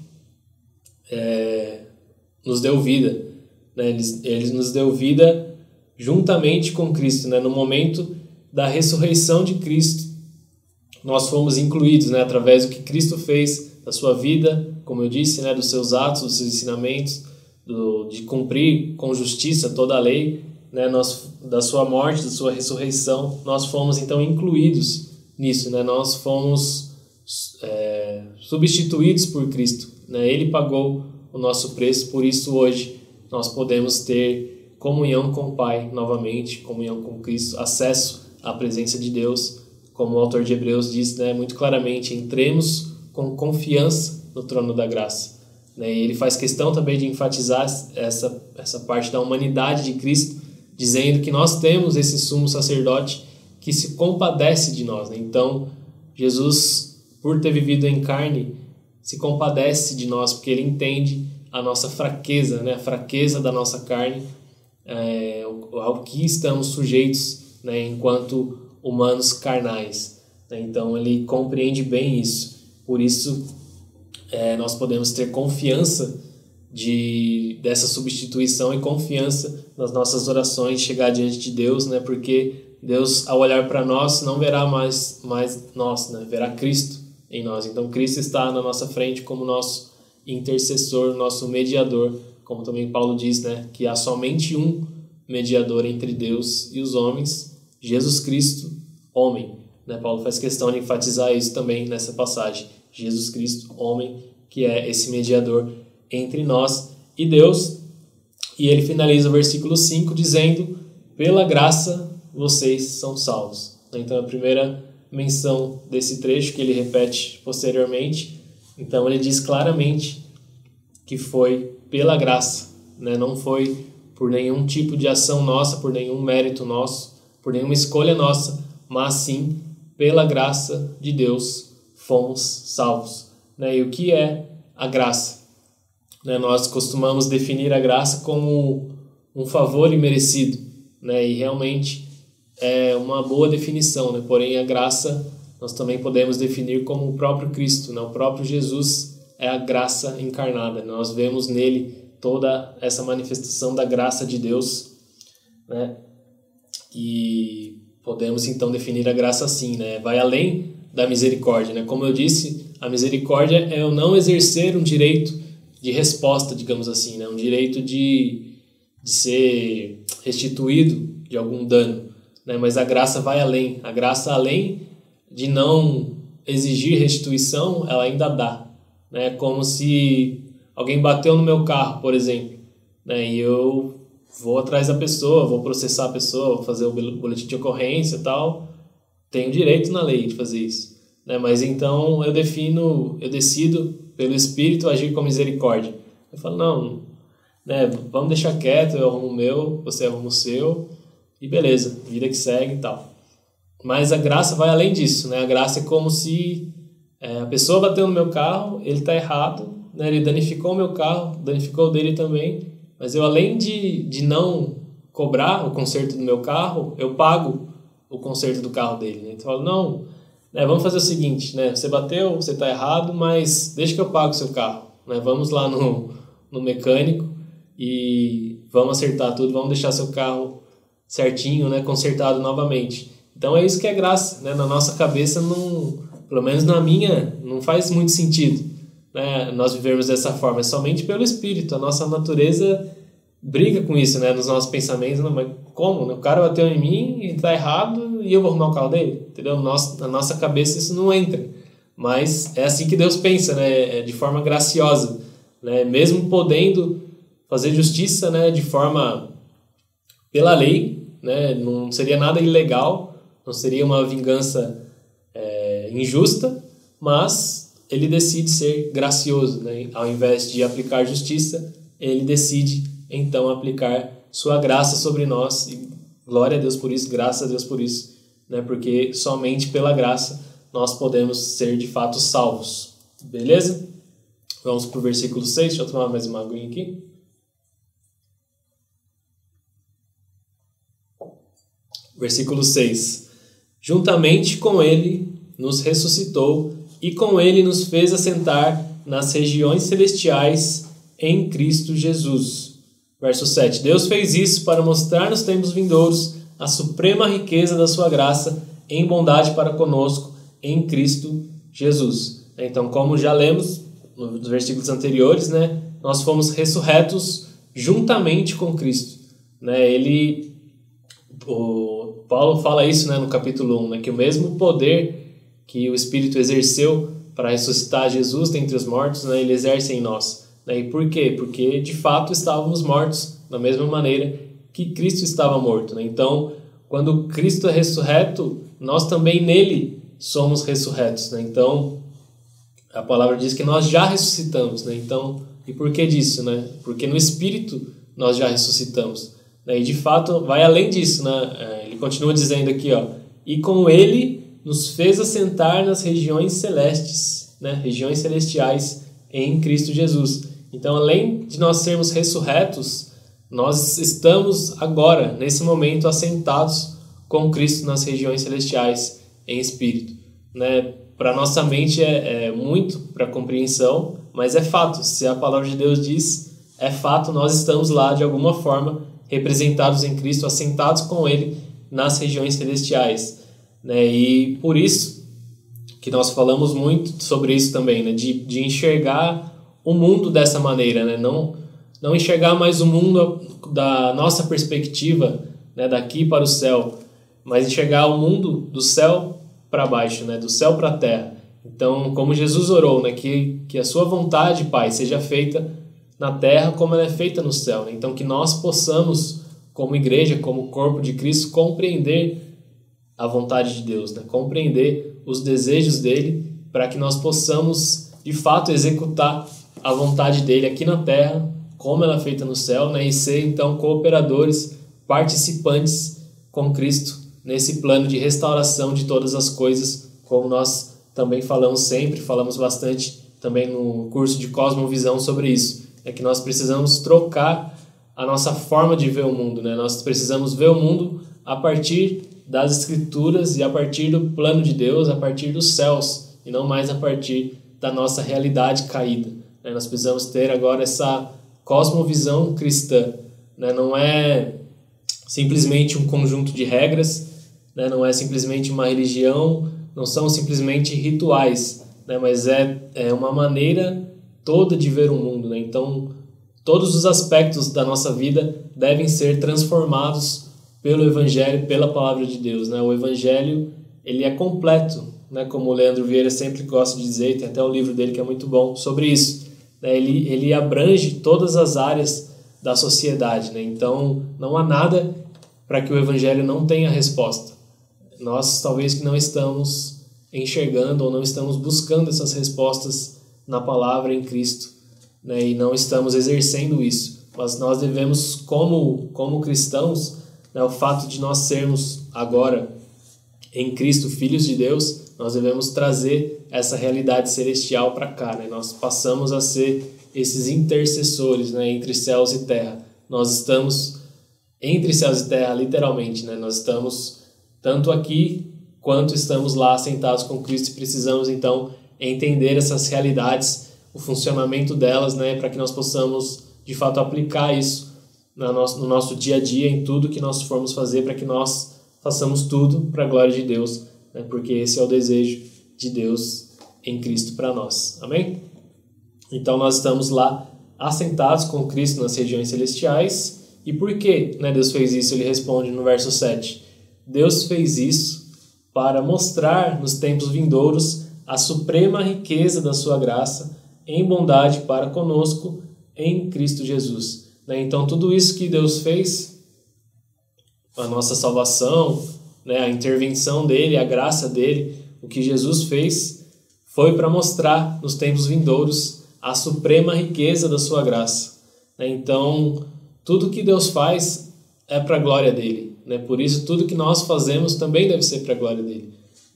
nos deu vida, ele nos deu vida juntamente com Cristo, no momento da ressurreição de Cristo. Nós fomos incluídos, através do que Cristo fez, da sua vida, como eu disse, dos seus atos, dos seus ensinamentos, de cumprir com justiça toda a lei, da sua morte, da sua ressurreição. Nós fomos então incluídos nisso, nós fomos substituídos por Cristo, Ele pagou o nosso preço, por isso hoje nós podemos ter comunhão com o Pai novamente, comunhão com Cristo, acesso à presença de Deus. Como o autor de Hebreus diz, muito claramente, entremos com confiança no trono da graça. E ele faz questão também de enfatizar essa parte da humanidade de Cristo, dizendo que nós temos esse sumo sacerdote que se compadece de nós. Então, Jesus, por ter vivido em carne, se compadece de nós, porque ele entende a nossa fraqueza, a fraqueza da nossa carne, ao que estamos sujeitos, enquanto humanos carnais. Então ele compreende bem isso. Por isso nós podemos ter confiança dessa substituição e confiança nas nossas orações, chegar diante de Deus, porque Deus, ao olhar para nós, não verá mais nós, verá Cristo em nós. Então Cristo está na nossa frente como nosso intercessor, nosso mediador, como também Paulo diz, que há somente um mediador entre Deus e os homens, Jesus Cristo, homem. Né? Paulo faz questão de enfatizar isso também nessa passagem. Jesus Cristo, homem, que é esse mediador entre nós e Deus. E ele finaliza o versículo 5 dizendo: pela graça vocês são salvos. Então a primeira menção desse trecho que ele repete posteriormente, então ele diz claramente que foi pela graça, né? Não foi por nenhum tipo de ação nossa, por nenhum mérito nosso, por nenhuma escolha nossa, mas sim pela graça de Deus fomos salvos. Né? E o que é a graça? Né? Nós costumamos definir a graça como um favor imerecido, né? E realmente é uma boa definição, né? Porém a graça nós também podemos definir como o próprio Cristo, né? O próprio Jesus é a graça encarnada. Nós vemos nele toda essa manifestação da graça de Deus, né? E podemos então definir a graça assim, né? Vai além da misericórdia, né? Como eu disse, a misericórdia é o não exercer um direito de resposta, digamos assim, né? Um direito de ser restituído de algum dano, né? Mas a graça vai além. A graça, além de não exigir restituição, ela ainda dá, né? Como se alguém bateu no meu carro, por exemplo, né? E eu vou atrás da pessoa, vou processar a pessoa, vou fazer o boletim de ocorrência e tal. Tenho direito na lei de fazer isso, né? Mas então eu decido pelo Espírito agir com misericórdia. Eu falo, não, né? Vamos deixar quieto, eu arrumo o meu, você arruma o seu e beleza, vida que segue e tal. Mas a graça vai além disso, né? A graça é como se a pessoa bateu no meu carro, ele está errado, né? Ele danificou o meu carro, danificou o dele também, mas eu, além de não cobrar o conserto do meu carro, eu pago o conserto do carro dele, né? Então eu falo, não, né, vamos fazer o seguinte, né? Você bateu, você está errado, mas deixa que eu pago o seu carro, né? Vamos lá no mecânico e vamos acertar tudo, vamos deixar seu carro certinho, né? Consertado novamente. Então é isso que é graça, né? Na nossa cabeça, não, pelo menos na minha, não faz muito sentido, né? Nós vivermos dessa forma, é somente pelo Espírito. A nossa natureza briga com isso, né? Nos nossos pensamentos, não, mas como? O cara bateu em mim e está errado e eu vou arrumar o carro dele? Entendeu? Na nossa cabeça isso não entra. Mas é assim que Deus pensa, né? É de forma graciosa, né? Mesmo podendo fazer justiça, né? De forma pela lei, né? Não seria nada ilegal, não seria uma vingança injusta, mas ele decide ser gracioso, né? Ao invés de aplicar justiça, ele decide então aplicar sua graça sobre nós, e glória a Deus por isso, graças a Deus por isso, né? Porque somente pela graça nós podemos ser de fato salvos. Beleza? Vamos para o versículo 6, deixa eu tomar mais uma aguinha aqui. Versículo 6. Juntamente com ele nos ressuscitou e com ele nos fez assentar nas regiões celestiais em Cristo Jesus. Verso 7. Deus fez isso para mostrar nos tempos vindouros a suprema riqueza da sua graça em bondade para conosco em Cristo Jesus. Então, como já lemos nos versículos anteriores, né, nós fomos ressurretos juntamente com Cristo. Né? Paulo fala isso, né, no capítulo 1, né, que o mesmo poder que o Espírito exerceu para ressuscitar Jesus dentre os mortos, né, ele exerce em nós. Né? E por quê? Porque, de fato, estávamos mortos da mesma maneira que Cristo estava morto. Né? Então, quando Cristo é ressurreto, nós também nele somos ressurretos. Né? Então, a palavra diz que nós já ressuscitamos. Né? Então, e por que disso? Né? Porque no Espírito nós já ressuscitamos. Né? E, de fato, vai além disso. Né? Ele continua dizendo aqui, ó, e com ele nos fez assentar nas regiões celestes, né? Regiões celestiais em Cristo Jesus. Então, além de nós sermos ressurretos, nós estamos agora, nesse momento, assentados com Cristo nas regiões celestiais em espírito. Né? Para nossa mente é muito para compreensão, mas é fato. Se a palavra de Deus diz, é fato, nós estamos lá de alguma forma representados em Cristo, assentados com Ele nas regiões celestiais. Né? E por isso que nós falamos muito sobre isso também, né? De enxergar o mundo dessa maneira, né? não enxergar mais o mundo da nossa perspectiva, né, daqui para o céu, mas enxergar o mundo do céu para baixo, né, do céu para a terra. Então, como Jesus orou, né, que a sua vontade, Pai, seja feita na terra como ela é feita no céu. Né? Então, que nós possamos, como igreja, como corpo de Cristo, compreender a vontade de Deus, né? Compreender os desejos dele, para que nós possamos, de fato, executar a vontade dele aqui na terra, como ela é feita no céu, né? E ser, então, cooperadores, participantes com Cristo nesse plano de restauração de todas as coisas, como nós também falamos sempre, falamos bastante também no curso de Cosmovisão sobre isso. É que nós precisamos trocar a nossa forma de ver o mundo, né? Nós precisamos ver o mundo a partir das Escrituras e a partir do plano de Deus, a partir dos céus, e não mais a partir da nossa realidade caída. Né? Nós precisamos ter agora essa cosmovisão cristã. Né? Não é simplesmente um conjunto de regras, né? Não é simplesmente uma religião, não são simplesmente rituais, né? Mas é uma maneira toda de ver o mundo. Né? Então, todos os aspectos da nossa vida devem ser transformados pelo Evangelho, pela Palavra de Deus. Né? O Evangelho, ele é completo, né? Como o Leandro Vieira sempre gosta de dizer, tem até um livro dele que é muito bom sobre isso. Né? Ele abrange todas as áreas da sociedade. Né? Então, não há nada para que o Evangelho não tenha resposta. Nós, talvez, que não estamos enxergando ou não estamos buscando essas respostas na Palavra, em Cristo, né? E não estamos exercendo isso. Mas nós devemos, como cristãos, né, o fato de nós sermos agora em Cristo filhos de Deus, nós devemos trazer essa realidade celestial para cá. Né? Nós passamos a ser esses intercessores, né, entre céus e terra. Nós estamos entre céus e terra, literalmente. Né? Nós estamos tanto aqui quanto estamos lá sentados com Cristo e precisamos então entender essas realidades, o funcionamento delas, né, para que nós possamos de fato aplicar isso no nosso dia a dia, em tudo que nós formos fazer, para que nós façamos tudo para a glória de Deus, né? Porque esse é o desejo de Deus em Cristo para nós. Amém? Então nós estamos lá assentados com Cristo nas regiões celestiais. E por que, né, Deus fez isso? Ele responde no verso 7. Deus fez isso para mostrar nos tempos vindouros a suprema riqueza da sua graça em bondade para conosco em Cristo Jesus. Então, tudo isso que Deus fez, a nossa salvação, né, a intervenção dele, a graça dele, o que Jesus fez, foi para mostrar nos tempos vindouros a suprema riqueza da sua graça. Então, tudo que Deus faz é para a glória dele. Por isso, tudo que nós fazemos também deve ser para a glória dele.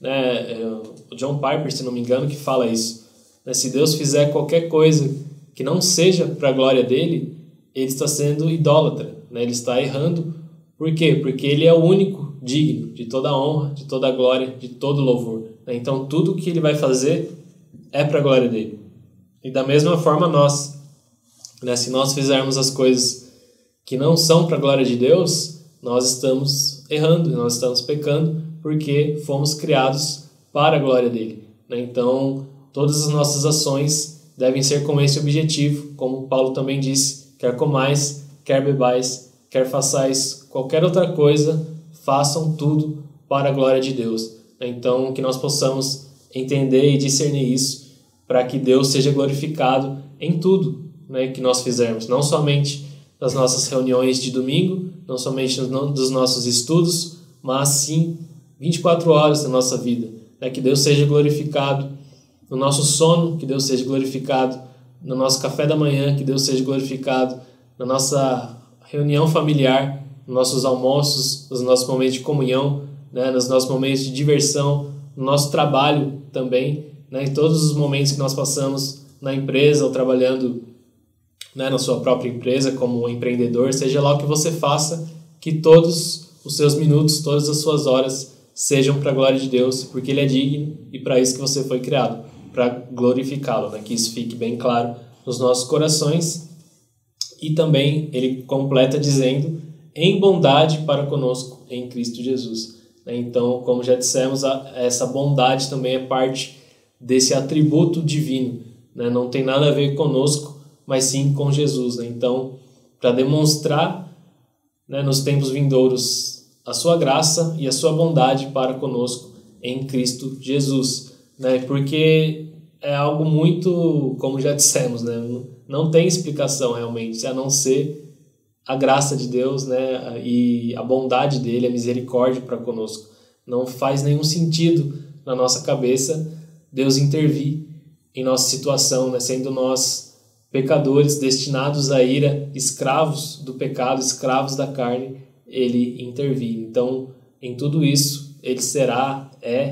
O John Piper, se não me engano, que fala isso. Se Deus fizer qualquer coisa que não seja para a glória dele, ele está sendo idólatra, né? Ele está errando. Por quê? Porque ele é o único digno de toda a honra, de toda a glória, de todo louvor. Então, tudo que ele vai fazer é para a glória dele. E da mesma forma nós, né? Se nós fizermos as coisas que não são para a glória de Deus, nós estamos errando, nós estamos pecando, porque fomos criados para a glória dele. Então, todas as nossas ações devem ser com esse objetivo, como Paulo também disse: quer comais, quer bebais, quer façais qualquer outra coisa, façam tudo para a glória de Deus. Então, que nós possamos entender e discernir isso, para que Deus seja glorificado em tudo, né, que nós fizermos. Não somente nas nossas reuniões de domingo, não somente dos nossos estudos, mas sim 24 horas da nossa vida. Né, que Deus seja glorificado no nosso sono, que Deus seja glorificado no nosso café da manhã, que Deus seja glorificado na nossa reunião familiar, nos nossos almoços, nos nossos momentos de comunhão, né, nos nossos momentos de diversão, no nosso trabalho também, né, em todos os momentos que nós passamos na empresa ou trabalhando, né, na sua própria empresa como um empreendedor, seja lá o que você faça, que todos os seus minutos, todas as suas horas sejam para a glória de Deus, porque Ele é digno e para isso que você foi criado, para glorificá-lo, né? Que isso fique bem claro nos nossos corações. E também Ele completa dizendo: em bondade para conosco em Cristo Jesus. Então, como já dissemos, essa bondade também é parte desse atributo divino, né? Não tem nada a ver conosco, mas sim com Jesus, né? Então, para demonstrar, né, nos tempos vindouros a sua graça e a sua bondade para conosco em Cristo Jesus, né? Porque é algo muito, como já dissemos, né? Não tem explicação realmente, a não ser a graça de Deus, né? E a bondade dele, a misericórdia para conosco. Não faz nenhum sentido na nossa cabeça Deus intervir em nossa situação, né? Sendo nós pecadores destinados à ira, escravos do pecado, escravos da carne, ele intervir. Então, em tudo isso, ele será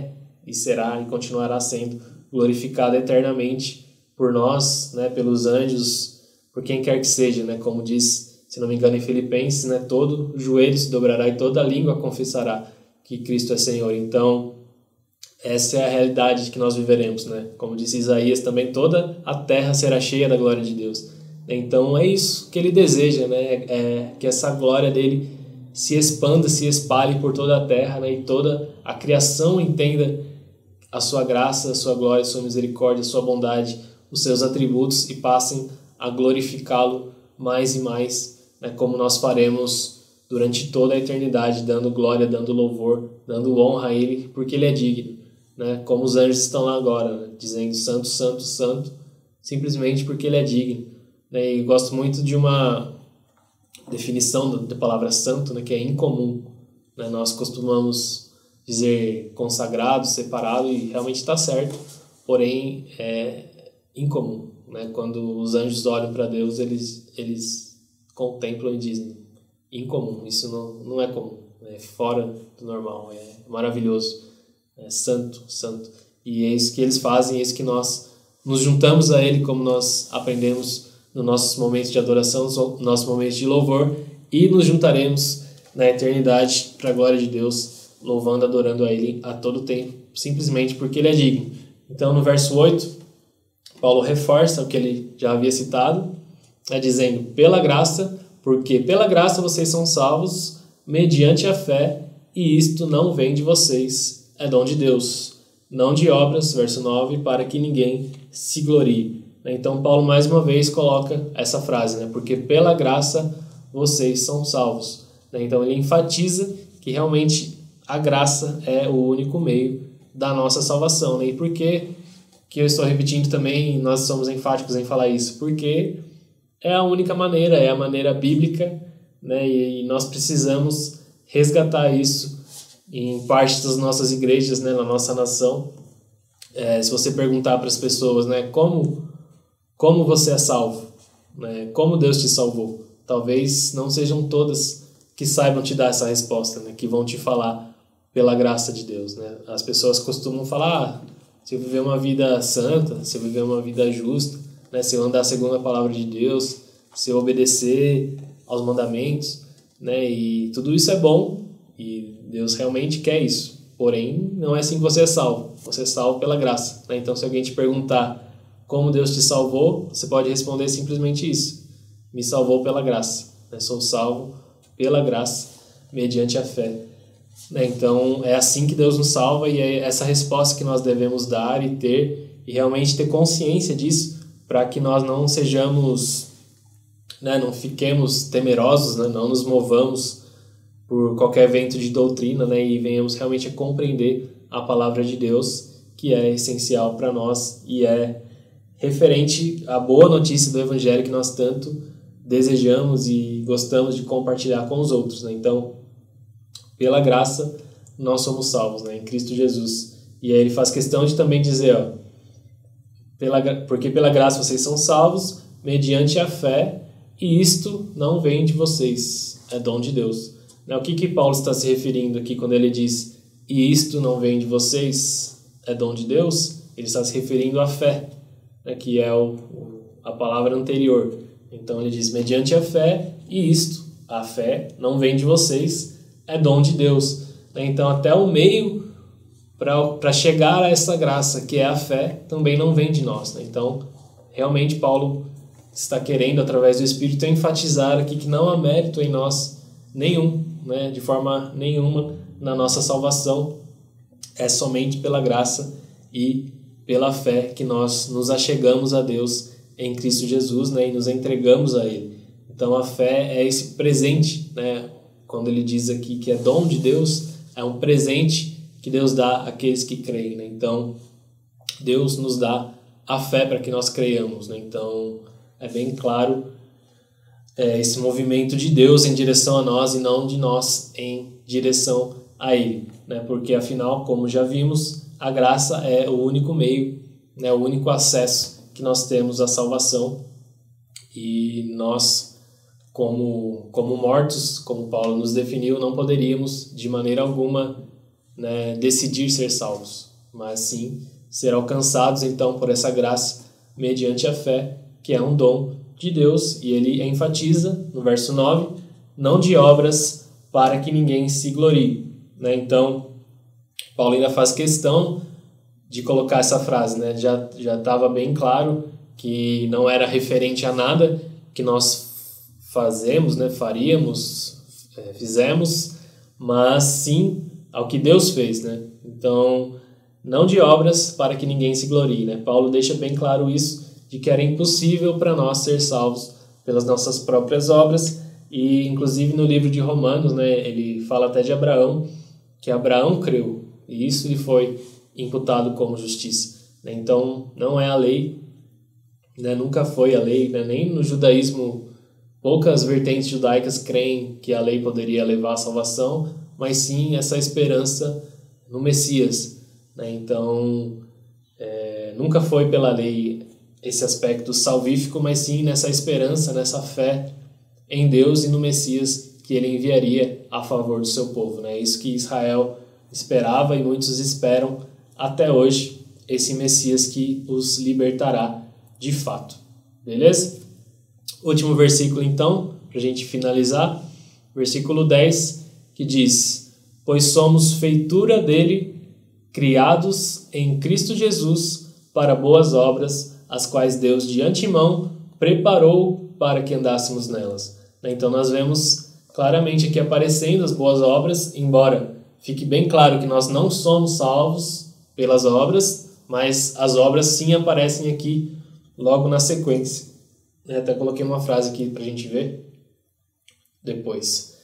e continuará sendo glorificado eternamente por nós, né? Pelos anjos, por quem quer que seja, né? Como diz, se não me engano, em Filipenses, né? Todo joelho se dobrará e toda língua confessará que Cristo é Senhor. Então, essa é a realidade que nós viveremos, né? Como disse Isaías também, toda a terra será cheia da glória de Deus. Então é isso que ele deseja, né? É que essa glória dele se expanda, se espalhe por toda a terra, né? E toda a criação entenda a sua graça, a sua glória, a sua misericórdia, a sua bondade, os seus atributos e passem a glorificá-lo mais e mais, né? Como nós faremos durante toda a eternidade, dando glória, dando louvor, dando honra a ele, porque ele é digno. Né? Como os anjos estão lá agora, né? Dizendo santo, santo, santo, simplesmente porque ele é digno, né? E gosto muito de uma definição da palavra santo, né? Que é incomum, né? Nós costumamos dizer consagrado, separado, e realmente está certo, porém é incomum, né? Quando os anjos olham para Deus, eles contemplam e dizem incomum, isso não é comum, é fora do normal, é maravilhoso. É santo, santo. E é isso que eles fazem, é isso que nós nos juntamos a ele, como nós aprendemos nos nossos momentos de adoração, nos nossos momentos de louvor, e nos juntaremos na eternidade para a glória de Deus, louvando, adorando a ele a todo tempo, simplesmente porque ele é digno. Então, no verso 8, Paulo reforça o que ele já havia citado, dizendo, porque pela graça vocês são salvos, mediante a fé, e isto não vem de vocês, é dom de Deus, não de obras, verso 9, para que ninguém se glorie. Então, Paulo mais uma vez coloca essa frase, né? Porque pela graça vocês são salvos. Então, ele enfatiza que realmente a graça é o único meio da nossa salvação. E por que eu estou repetindo também, nós somos enfáticos em falar isso? Porque é a única maneira, é a maneira bíblica, né? E nós precisamos resgatar isso em parte das nossas igrejas, né, na nossa nação. Se você perguntar para as pessoas, né, como você é salvo, né, como Deus te salvou, talvez não sejam todas que saibam te dar essa resposta, né, que vão te falar pela graça de Deus, né. As pessoas costumam falar, se eu viver uma vida santa, se eu viver uma vida justa, né, se eu andar segundo a palavra de Deus, se eu obedecer aos mandamentos, né, e tudo isso é bom, e Deus realmente quer isso. Porém, não é assim que você é salvo. Você é salvo pela graça, né? Então, se alguém te perguntar como Deus te salvou, você pode responder simplesmente isso. Me salvou pela graça. Né? Sou salvo pela graça, mediante a fé. Né? Então, é assim que Deus nos salva e é essa resposta que nós devemos dar e ter, e realmente ter consciência disso, para que nós não sejamos, né, não fiquemos temerosos, né? Não nos movamos por qualquer vento de doutrina, né, e venhamos realmente a compreender a palavra de Deus, que é essencial para nós e é referente à boa notícia do Evangelho que nós tanto desejamos e gostamos de compartilhar com os outros. Né? Então, pela graça, nós somos salvos, né, em Cristo Jesus. E aí ele faz questão de também dizer, ó, porque pela graça vocês são salvos, mediante a fé, e isto não vem de vocês, é dom de Deus. O que Paulo está se referindo aqui quando ele diz e isto não vem de vocês, é dom de Deus? Ele está se referindo à fé, né, que é a palavra anterior. Então ele diz mediante a fé e isto, a fé não vem de vocês, é dom de Deus. Então até o meio para chegar a essa graça que é a fé também não vem de nós. Então realmente Paulo está querendo através do Espírito enfatizar aqui que não há mérito em nós nenhum, né, de forma nenhuma na nossa salvação, é somente pela graça e pela fé que nós nos achegamos a Deus em Cristo Jesus, né, e nos entregamos a Ele. Então a fé é esse presente, né, quando ele diz aqui que é dom de Deus, é um presente que Deus dá àqueles que creem, né? Então Deus nos dá a fé para que nós creiamos, né? Então é bem claro esse movimento de Deus em direção a nós e não de nós em direção a Ele, né? Porque afinal, como já vimos, a graça é o único meio, né? O único acesso que nós temos à salvação, e nós, como mortos, como Paulo nos definiu, não poderíamos de maneira alguma, né, decidir ser salvos, mas sim ser alcançados então por essa graça mediante a fé, que é um dom de Deus. E ele enfatiza no verso 9, não de obras para que ninguém se glorie, né? Então Paulo ainda faz questão de colocar essa frase, né? Já estava bem claro que não era referente a nada que nós fazemos, né? Fizemos, mas sim ao que Deus fez, né? Então, não de obras para que ninguém se glorie, né? Paulo deixa bem claro isso, de que era impossível para nós ser salvos pelas nossas próprias obras. E inclusive no livro de Romanos, né, ele fala até de Abraão, que Abraão creu e isso lhe foi imputado como justiça, né? Então não é a lei, né? Nunca foi a lei, né? Nem no judaísmo poucas vertentes judaicas creem que a lei poderia levar à salvação, mas sim essa esperança no Messias, né? Então nunca foi pela lei esse aspecto salvífico, mas sim nessa esperança, nessa fé em Deus e no Messias que ele enviaria a favor do seu povo, né? É isso que Israel esperava e muitos esperam até hoje, esse Messias que os libertará de fato. Beleza? Último versículo então, para a gente finalizar, versículo 10, que diz: pois somos feitura dele, criados em Cristo Jesus para boas obras, as quais Deus de antemão preparou para que andássemos nelas. Então nós vemos claramente aqui aparecendo as boas obras, embora fique bem claro que nós não somos salvos pelas obras, mas as obras sim aparecem aqui logo na sequência. Até coloquei uma frase aqui para a gente ver depois.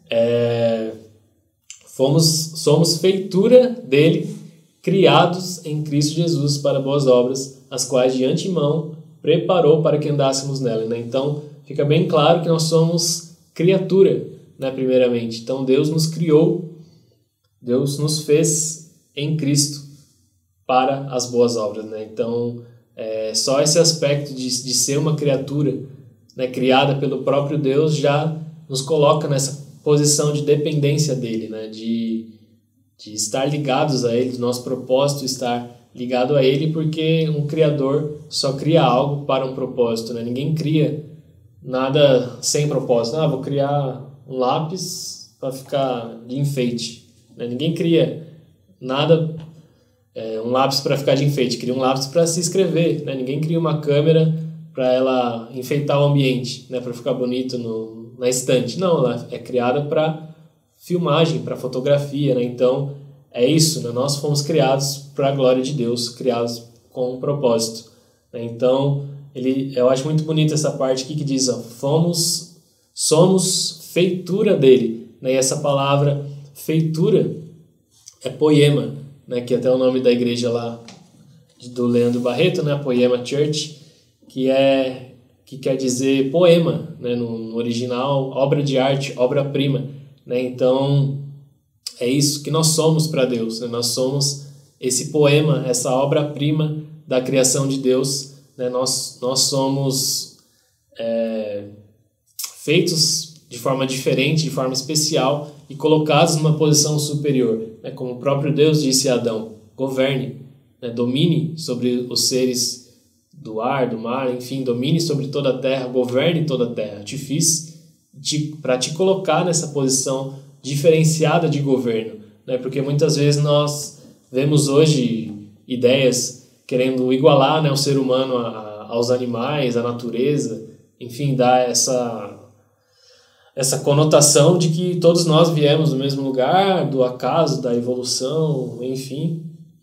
Somos feitura dele, criados em Cristo Jesus para boas obras, as quais de antemão preparou para que andássemos nela, né? Então fica bem claro que nós somos criatura, né, primeiramente. Então Deus nos criou, Deus nos fez em Cristo para as boas obras, né? Então só esse aspecto de ser uma criatura, né, criada pelo próprio Deus já nos coloca nessa posição de dependência dele, né, de estar ligados a ele, do nosso propósito estar ligado a ele, porque um criador só cria algo para um propósito, né? Ninguém cria nada sem propósito. Vou criar um lápis para ficar de enfeite, né? Ninguém cria nada, um lápis para ficar de enfeite, cria um lápis para se escrever, né? Ninguém cria uma câmera para ela enfeitar o ambiente, né? Para ficar bonito na estante. Não, ela é criada para filmagem, para fotografia, né? Então é isso, né? Nós fomos criados para a glória de Deus, criados com um propósito, né? Então eu acho muito bonita essa parte aqui que diz, somos feitura dele, né? E essa palavra feitura é poema, né? Que é até o nome da igreja lá do Leandro Barreto, né? Poema Church, que quer dizer poema, né? No original, obra de arte, obra-prima, né? Então é isso que nós somos para Deus, né? Nós somos esse poema, essa obra-prima da criação de Deus, né? Nós somos feitos de forma diferente, de forma especial e colocados numa posição superior, né? Como o próprio Deus disse a Adão: governe, né? Domine sobre os seres do ar, do mar, enfim, domine sobre toda a terra, governe toda a terra. Te fiz para te colocar nessa posição diferenciada de governo, né? Porque muitas vezes nós vemos hoje ideias querendo igualar, né, o ser humano aos animais, à natureza, enfim, dar essa conotação de que todos nós viemos do mesmo lugar, do acaso, da evolução, enfim,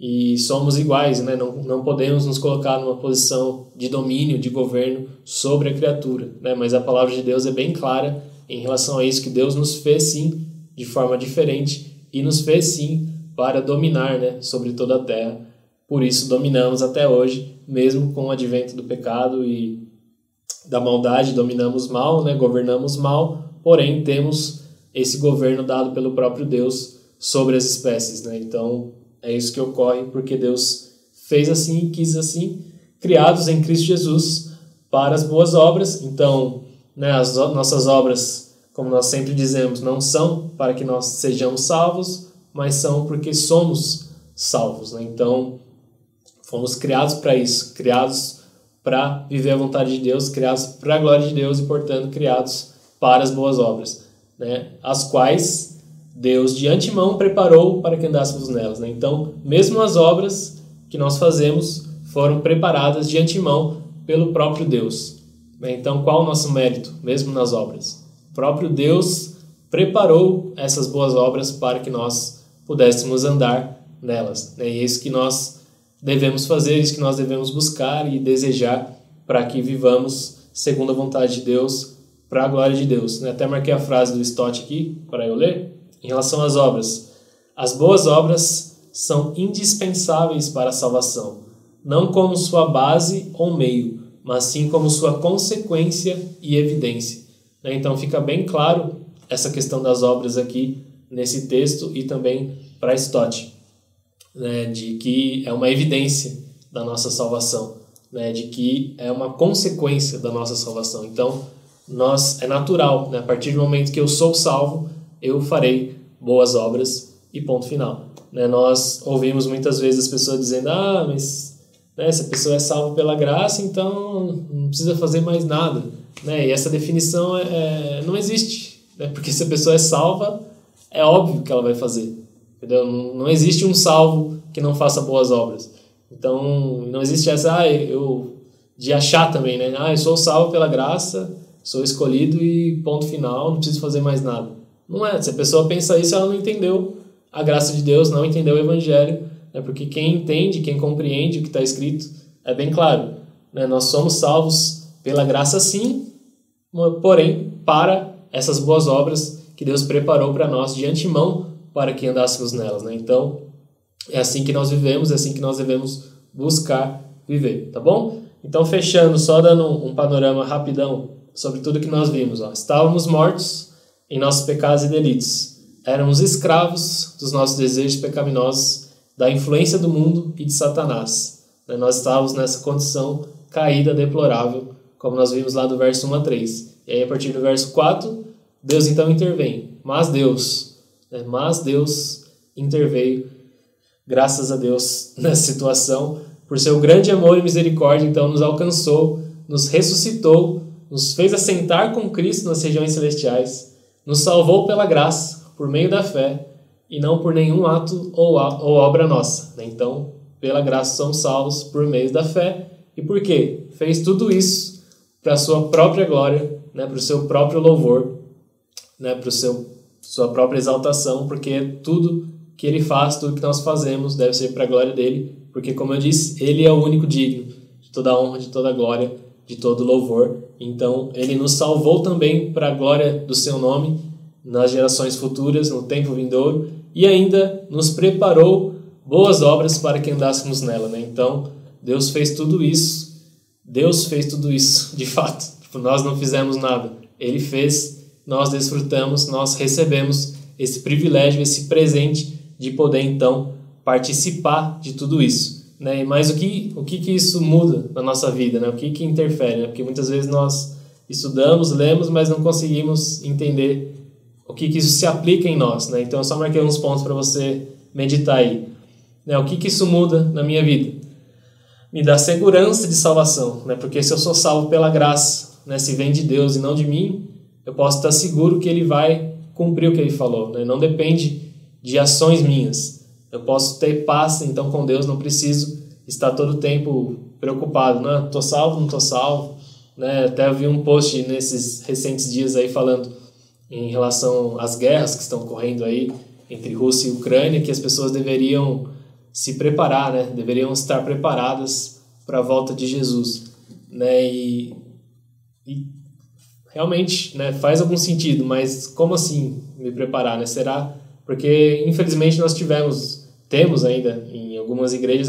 e somos iguais, né? Não podemos nos colocar numa posição de domínio, de governo sobre a criatura, né? Mas a palavra de Deus é bem clara em relação a isso, que Deus nos fez sim de forma diferente e nos fez sim para dominar, né, sobre toda a terra. Por isso dominamos até hoje, mesmo com o advento do pecado e da maldade, dominamos mal, né, governamos mal, porém temos esse governo dado pelo próprio Deus sobre as espécies, né? Então é isso que ocorre porque Deus fez assim e quis assim, criados em Cristo Jesus para as boas obras. Então, né, as nossas obras, como nós sempre dizemos, não são para que nós sejamos salvos, mas são porque somos salvos, né? Então, fomos criados para isso, criados para viver a vontade de Deus, criados para a glória de Deus e, portanto, criados para as boas obras, né? As quais Deus de antemão preparou para que andássemos nelas, né? Então, mesmo as obras que nós fazemos foram preparadas de antemão pelo próprio Deus, né? Então, qual o nosso mérito, mesmo nas obras? O próprio Deus preparou essas boas obras para que nós pudéssemos andar nelas, né? E é isso que nós devemos fazer, é isso que nós devemos buscar e desejar para que vivamos segundo a vontade de Deus, para a glória de Deus, né? Até marquei a frase do Stott aqui para eu ler. Em relação às obras, as boas obras são indispensáveis para a salvação, não como sua base ou meio, mas sim como sua consequência e evidência, né? Então fica bem claro essa questão das obras aqui nesse texto e também para Stott, né? De que é uma evidência da nossa salvação, né? De que é uma consequência da nossa salvação. Então é natural, né? A partir do momento que eu sou salvo, eu farei boas obras e ponto final, né? Nós ouvimos muitas vezes as pessoas dizendo, mas né, se a pessoa é salva pela graça, então não precisa fazer mais nada, né? E essa definição não existe, né? Porque se a pessoa é salva, é óbvio que ela vai fazer, entendeu? Não existe um salvo que não faça boas obras. Então não existe essa de achar também, né? Eu sou salvo pela graça, sou escolhido e ponto final, não preciso fazer mais nada. Não é. Se a pessoa pensa isso, ela não entendeu a graça de Deus, não entendeu o Evangelho, né? Porque quem entende, quem compreende o que está escrito, é bem claro, né? Nós somos salvos pela graça sim, porém para essas boas obras que Deus preparou para nós de antemão para que andássemos nelas, né? Então é assim que nós vivemos, é assim que nós devemos buscar viver, tá bom? Então fechando, só dando um panorama rapidão sobre tudo que nós vimos, ó. Estávamos mortos em nossos pecados e delitos. Éramos escravos dos nossos desejos pecaminosos, da influência do mundo e de Satanás. Nós estávamos nessa condição caída, deplorável, como nós vimos lá do verso 1 a 3. E aí, a partir do verso 4, Deus então intervém. Mas Deus interveio, graças a Deus, nessa situação, por seu grande amor e misericórdia, então nos alcançou, nos ressuscitou, nos fez assentar com Cristo nas regiões celestiais, nos salvou pela graça, por meio da fé, e não por nenhum ato ou obra nossa. Então, pela graça somos salvos por meio da fé. E por quê? Fez tudo isso para a sua própria glória, né? Para o seu próprio louvor, né? Para sua própria exaltação, porque tudo que Ele faz, tudo que nós fazemos deve ser para a glória dEle, porque, como eu disse, Ele é o único digno de toda a honra, de toda a glória, de todo louvor. Então, Ele nos salvou também para a glória do Seu nome, nas gerações futuras, no tempo vindouro, e ainda nos preparou boas obras para que andássemos nela, né? Então, Deus fez tudo isso, de fato. Nós não fizemos nada, Ele fez, nós desfrutamos, nós recebemos esse privilégio, esse presente de poder, então, participar de tudo isso, né? Mas o que isso muda na nossa vida, né? O que interfere, né? Porque muitas vezes nós estudamos, lemos, mas não conseguimos entender o que isso se aplica em nós, né? Então eu só marquei uns pontos para você meditar aí, né? O que isso muda na minha vida? Me dá segurança de salvação, né? Porque se eu sou salvo pela graça, né? Se vem de Deus e não de mim, eu posso estar seguro que Ele vai cumprir o que Ele falou, né? Não depende de ações minhas. Eu posso ter paz, então, com Deus, não preciso estar todo o tempo preocupado, né? Tô salvo, não tô salvo, né? Até vi um post nesses recentes dias aí falando em relação às guerras que estão ocorrendo aí entre Rússia e Ucrânia, que as pessoas deveriam se preparar, né? Deveriam estar preparadas para a volta de Jesus, né? E realmente, né, faz algum sentido, mas como assim me preparar, né? Será? Porque infelizmente nós temos ainda em algumas igrejas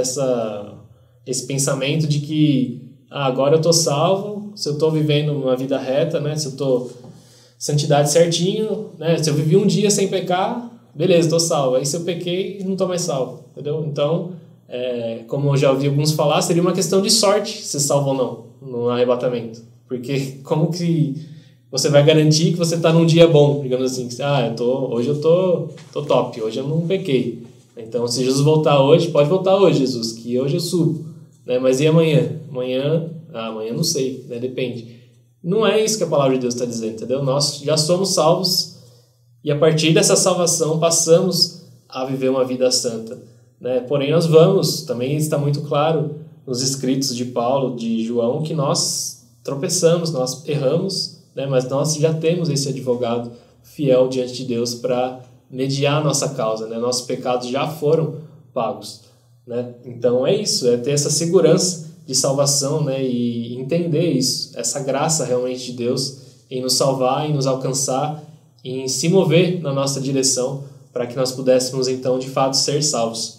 esse pensamento de que agora eu estou salvo, se eu estou vivendo uma vida reta, né? Se eu estou santidade certinho, né? Se eu vivi um dia sem pecar, beleza, estou salvo. Aí se eu pequei, não estou mais salvo, entendeu? Então, como eu já ouvi alguns falar, seria uma questão de sorte ser salvo ou não no arrebatamento. Porque como que você vai garantir que você está num dia bom, digamos assim? Hoje eu tô top, hoje eu não pequei. Então, se Jesus voltar hoje, pode voltar hoje, Jesus, que hoje eu subo. Né? Mas e amanhã? Amanhã não sei, né? Depende. Não é isso que a palavra de Deus está dizendo, entendeu? Nós já somos salvos e a partir dessa salvação passamos a viver uma vida santa, né? Porém, nós também está muito claro nos escritos de Paulo, de João, que nós tropeçamos, nós erramos, né? Mas nós já temos esse advogado fiel diante de Deus para mediar a nossa causa, né? Nossos pecados já foram pagos, né? Então é isso, é ter essa segurança de salvação, né? E entender isso, essa graça realmente de Deus em nos salvar, em nos alcançar, em se mover na nossa direção para que nós pudéssemos então de fato ser salvos.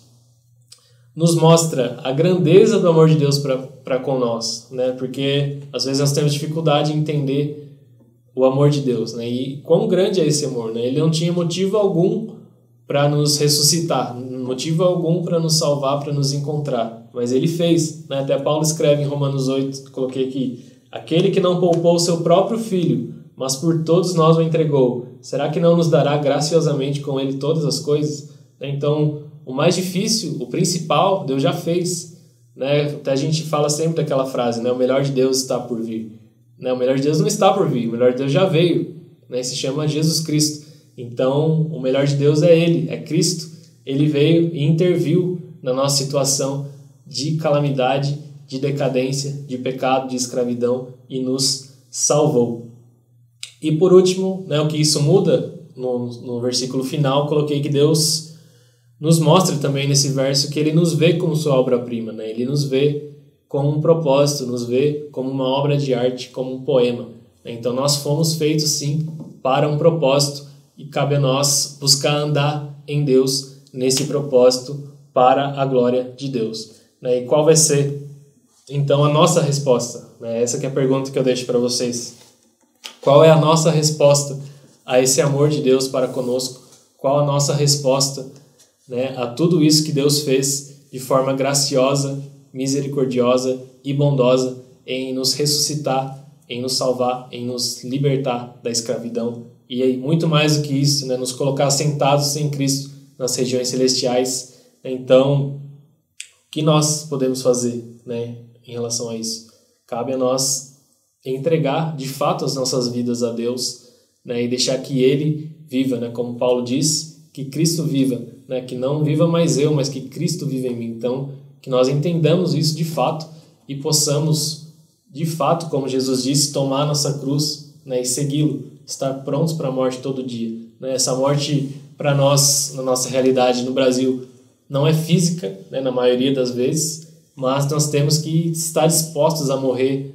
Nos mostra a grandeza do amor de Deus para com nós, né? Porque às vezes nós temos dificuldade em entender o amor de Deus, né? E quão grande é esse amor, né? Ele não tinha motivo algum para nos ressuscitar, motivo algum para nos salvar, para nos encontrar, mas ele fez, né? Até Paulo escreve em Romanos 8, coloquei aqui, aquele que não poupou o seu próprio filho, mas por todos nós o entregou, será que não nos dará graciosamente com ele todas as coisas? Então, o mais difícil, o principal, Deus já fez, né? Até a gente fala sempre daquela frase, né? O melhor de Deus está por vir, né? O melhor de Deus não está por vir, o melhor de Deus já veio, né? Se chama Jesus Cristo. Então, o melhor de Deus é Ele, é Cristo. Ele veio e interviu na nossa situação de calamidade, de decadência, de pecado, de escravidão e nos salvou. E por último, né, o que isso muda, no versículo final, coloquei que Deus nos mostra também nesse verso que Ele nos vê como sua obra-prima, né? Ele nos vê como um propósito, nos vê como uma obra de arte, como um poema. Então nós fomos feitos sim para um propósito e cabe a nós buscar andar em Deus nesse propósito para a glória de Deus. E qual vai ser então a nossa resposta? Essa que é a pergunta que eu deixo para vocês. Qual é a nossa resposta a esse amor de Deus para conosco? Qual a nossa resposta, né, a tudo isso que Deus fez de forma graciosa, misericordiosa e bondosa em nos ressuscitar, em nos salvar, em nos libertar da escravidão e muito mais do que isso, né, nos colocar sentados em Cristo nas regiões celestiais. Então, o que nós podemos fazer, né, em relação a isso? Cabe a nós entregar de fato as nossas vidas a Deus, né, e deixar que Ele viva, né, como Paulo diz, que Cristo viva, né, que não viva mais eu, mas que Cristo viva em mim. Então, que nós entendamos isso de fato e possamos, de fato, como Jesus disse, tomar a nossa cruz, né, e segui-lo, estar prontos para a morte todo dia. Né? Essa morte, para nós, na nossa realidade no Brasil, não é física, né, na maioria das vezes, mas nós temos que estar dispostos a morrer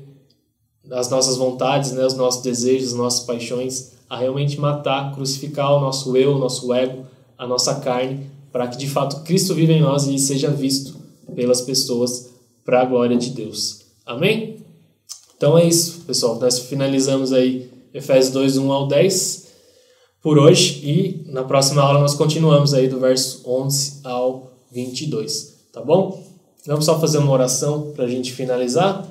as nossas vontades, né, os nossos desejos, as nossas paixões, a realmente matar, crucificar o nosso eu, o nosso ego, a nossa carne, para que de fato Cristo viva em nós e seja visto pelas pessoas para a glória de Deus. Amém? Então é isso, pessoal. Nós finalizamos aí Efésios 2, 1 ao 10 por hoje e na próxima aula nós continuamos aí do verso 11 ao 22, tá bom? Vamos só fazer uma oração para a gente finalizar.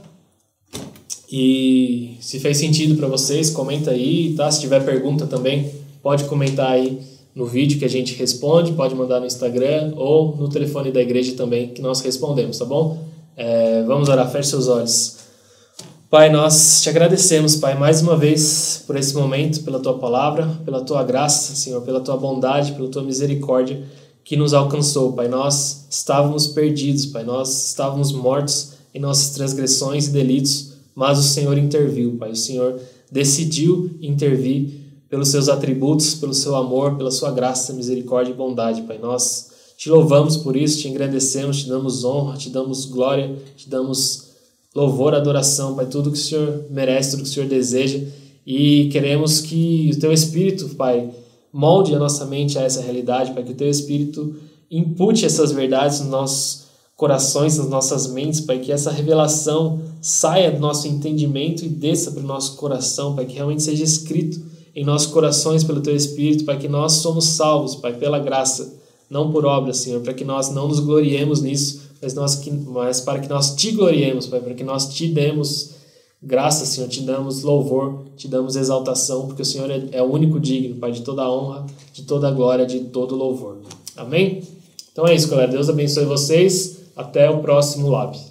E se fez sentido para vocês, comenta aí, tá? Se tiver pergunta também, pode comentar aí no vídeo que a gente responde, pode mandar no Instagram ou no telefone da igreja também que nós respondemos, tá bom? Vamos orar, feche seus olhos. Pai, nós te agradecemos, Pai, mais uma vez por esse momento, pela Tua palavra, pela Tua graça, Senhor, pela Tua bondade, pela Tua misericórdia que nos alcançou, Pai. Nós estávamos perdidos, Pai, nós estávamos mortos em nossas transgressões e delitos, mas o Senhor interviu, Pai. O Senhor decidiu intervir pelos seus atributos, pelo seu amor, pela sua graça, misericórdia e bondade, Pai. Nós Te louvamos por isso, te engrandecemos, te damos honra, te damos glória, te damos louvor, adoração, Pai, tudo que o Senhor merece, tudo que o Senhor deseja. E queremos que o Teu Espírito, Pai, molde a nossa mente a essa realidade, Pai, que o Teu Espírito impute essas verdades nos nossos corações, nas nossas mentes, Pai, que essa revelação saia do nosso entendimento e desça para o nosso coração, Pai, que realmente seja escrito em nossos corações pelo Teu Espírito, Pai, que nós somos salvos, Pai, pela graça, não por obra, Senhor, para que nós não nos gloriemos nisso, mas para que nós Te gloriemos, Pai, para que nós Te demos graça, Senhor, Te damos louvor, Te damos exaltação, porque o Senhor é o único digno, Pai, de toda a honra, de toda a glória, de todo o louvor. Amém? Então é isso, galera. Deus abençoe vocês. Até o próximo Lab.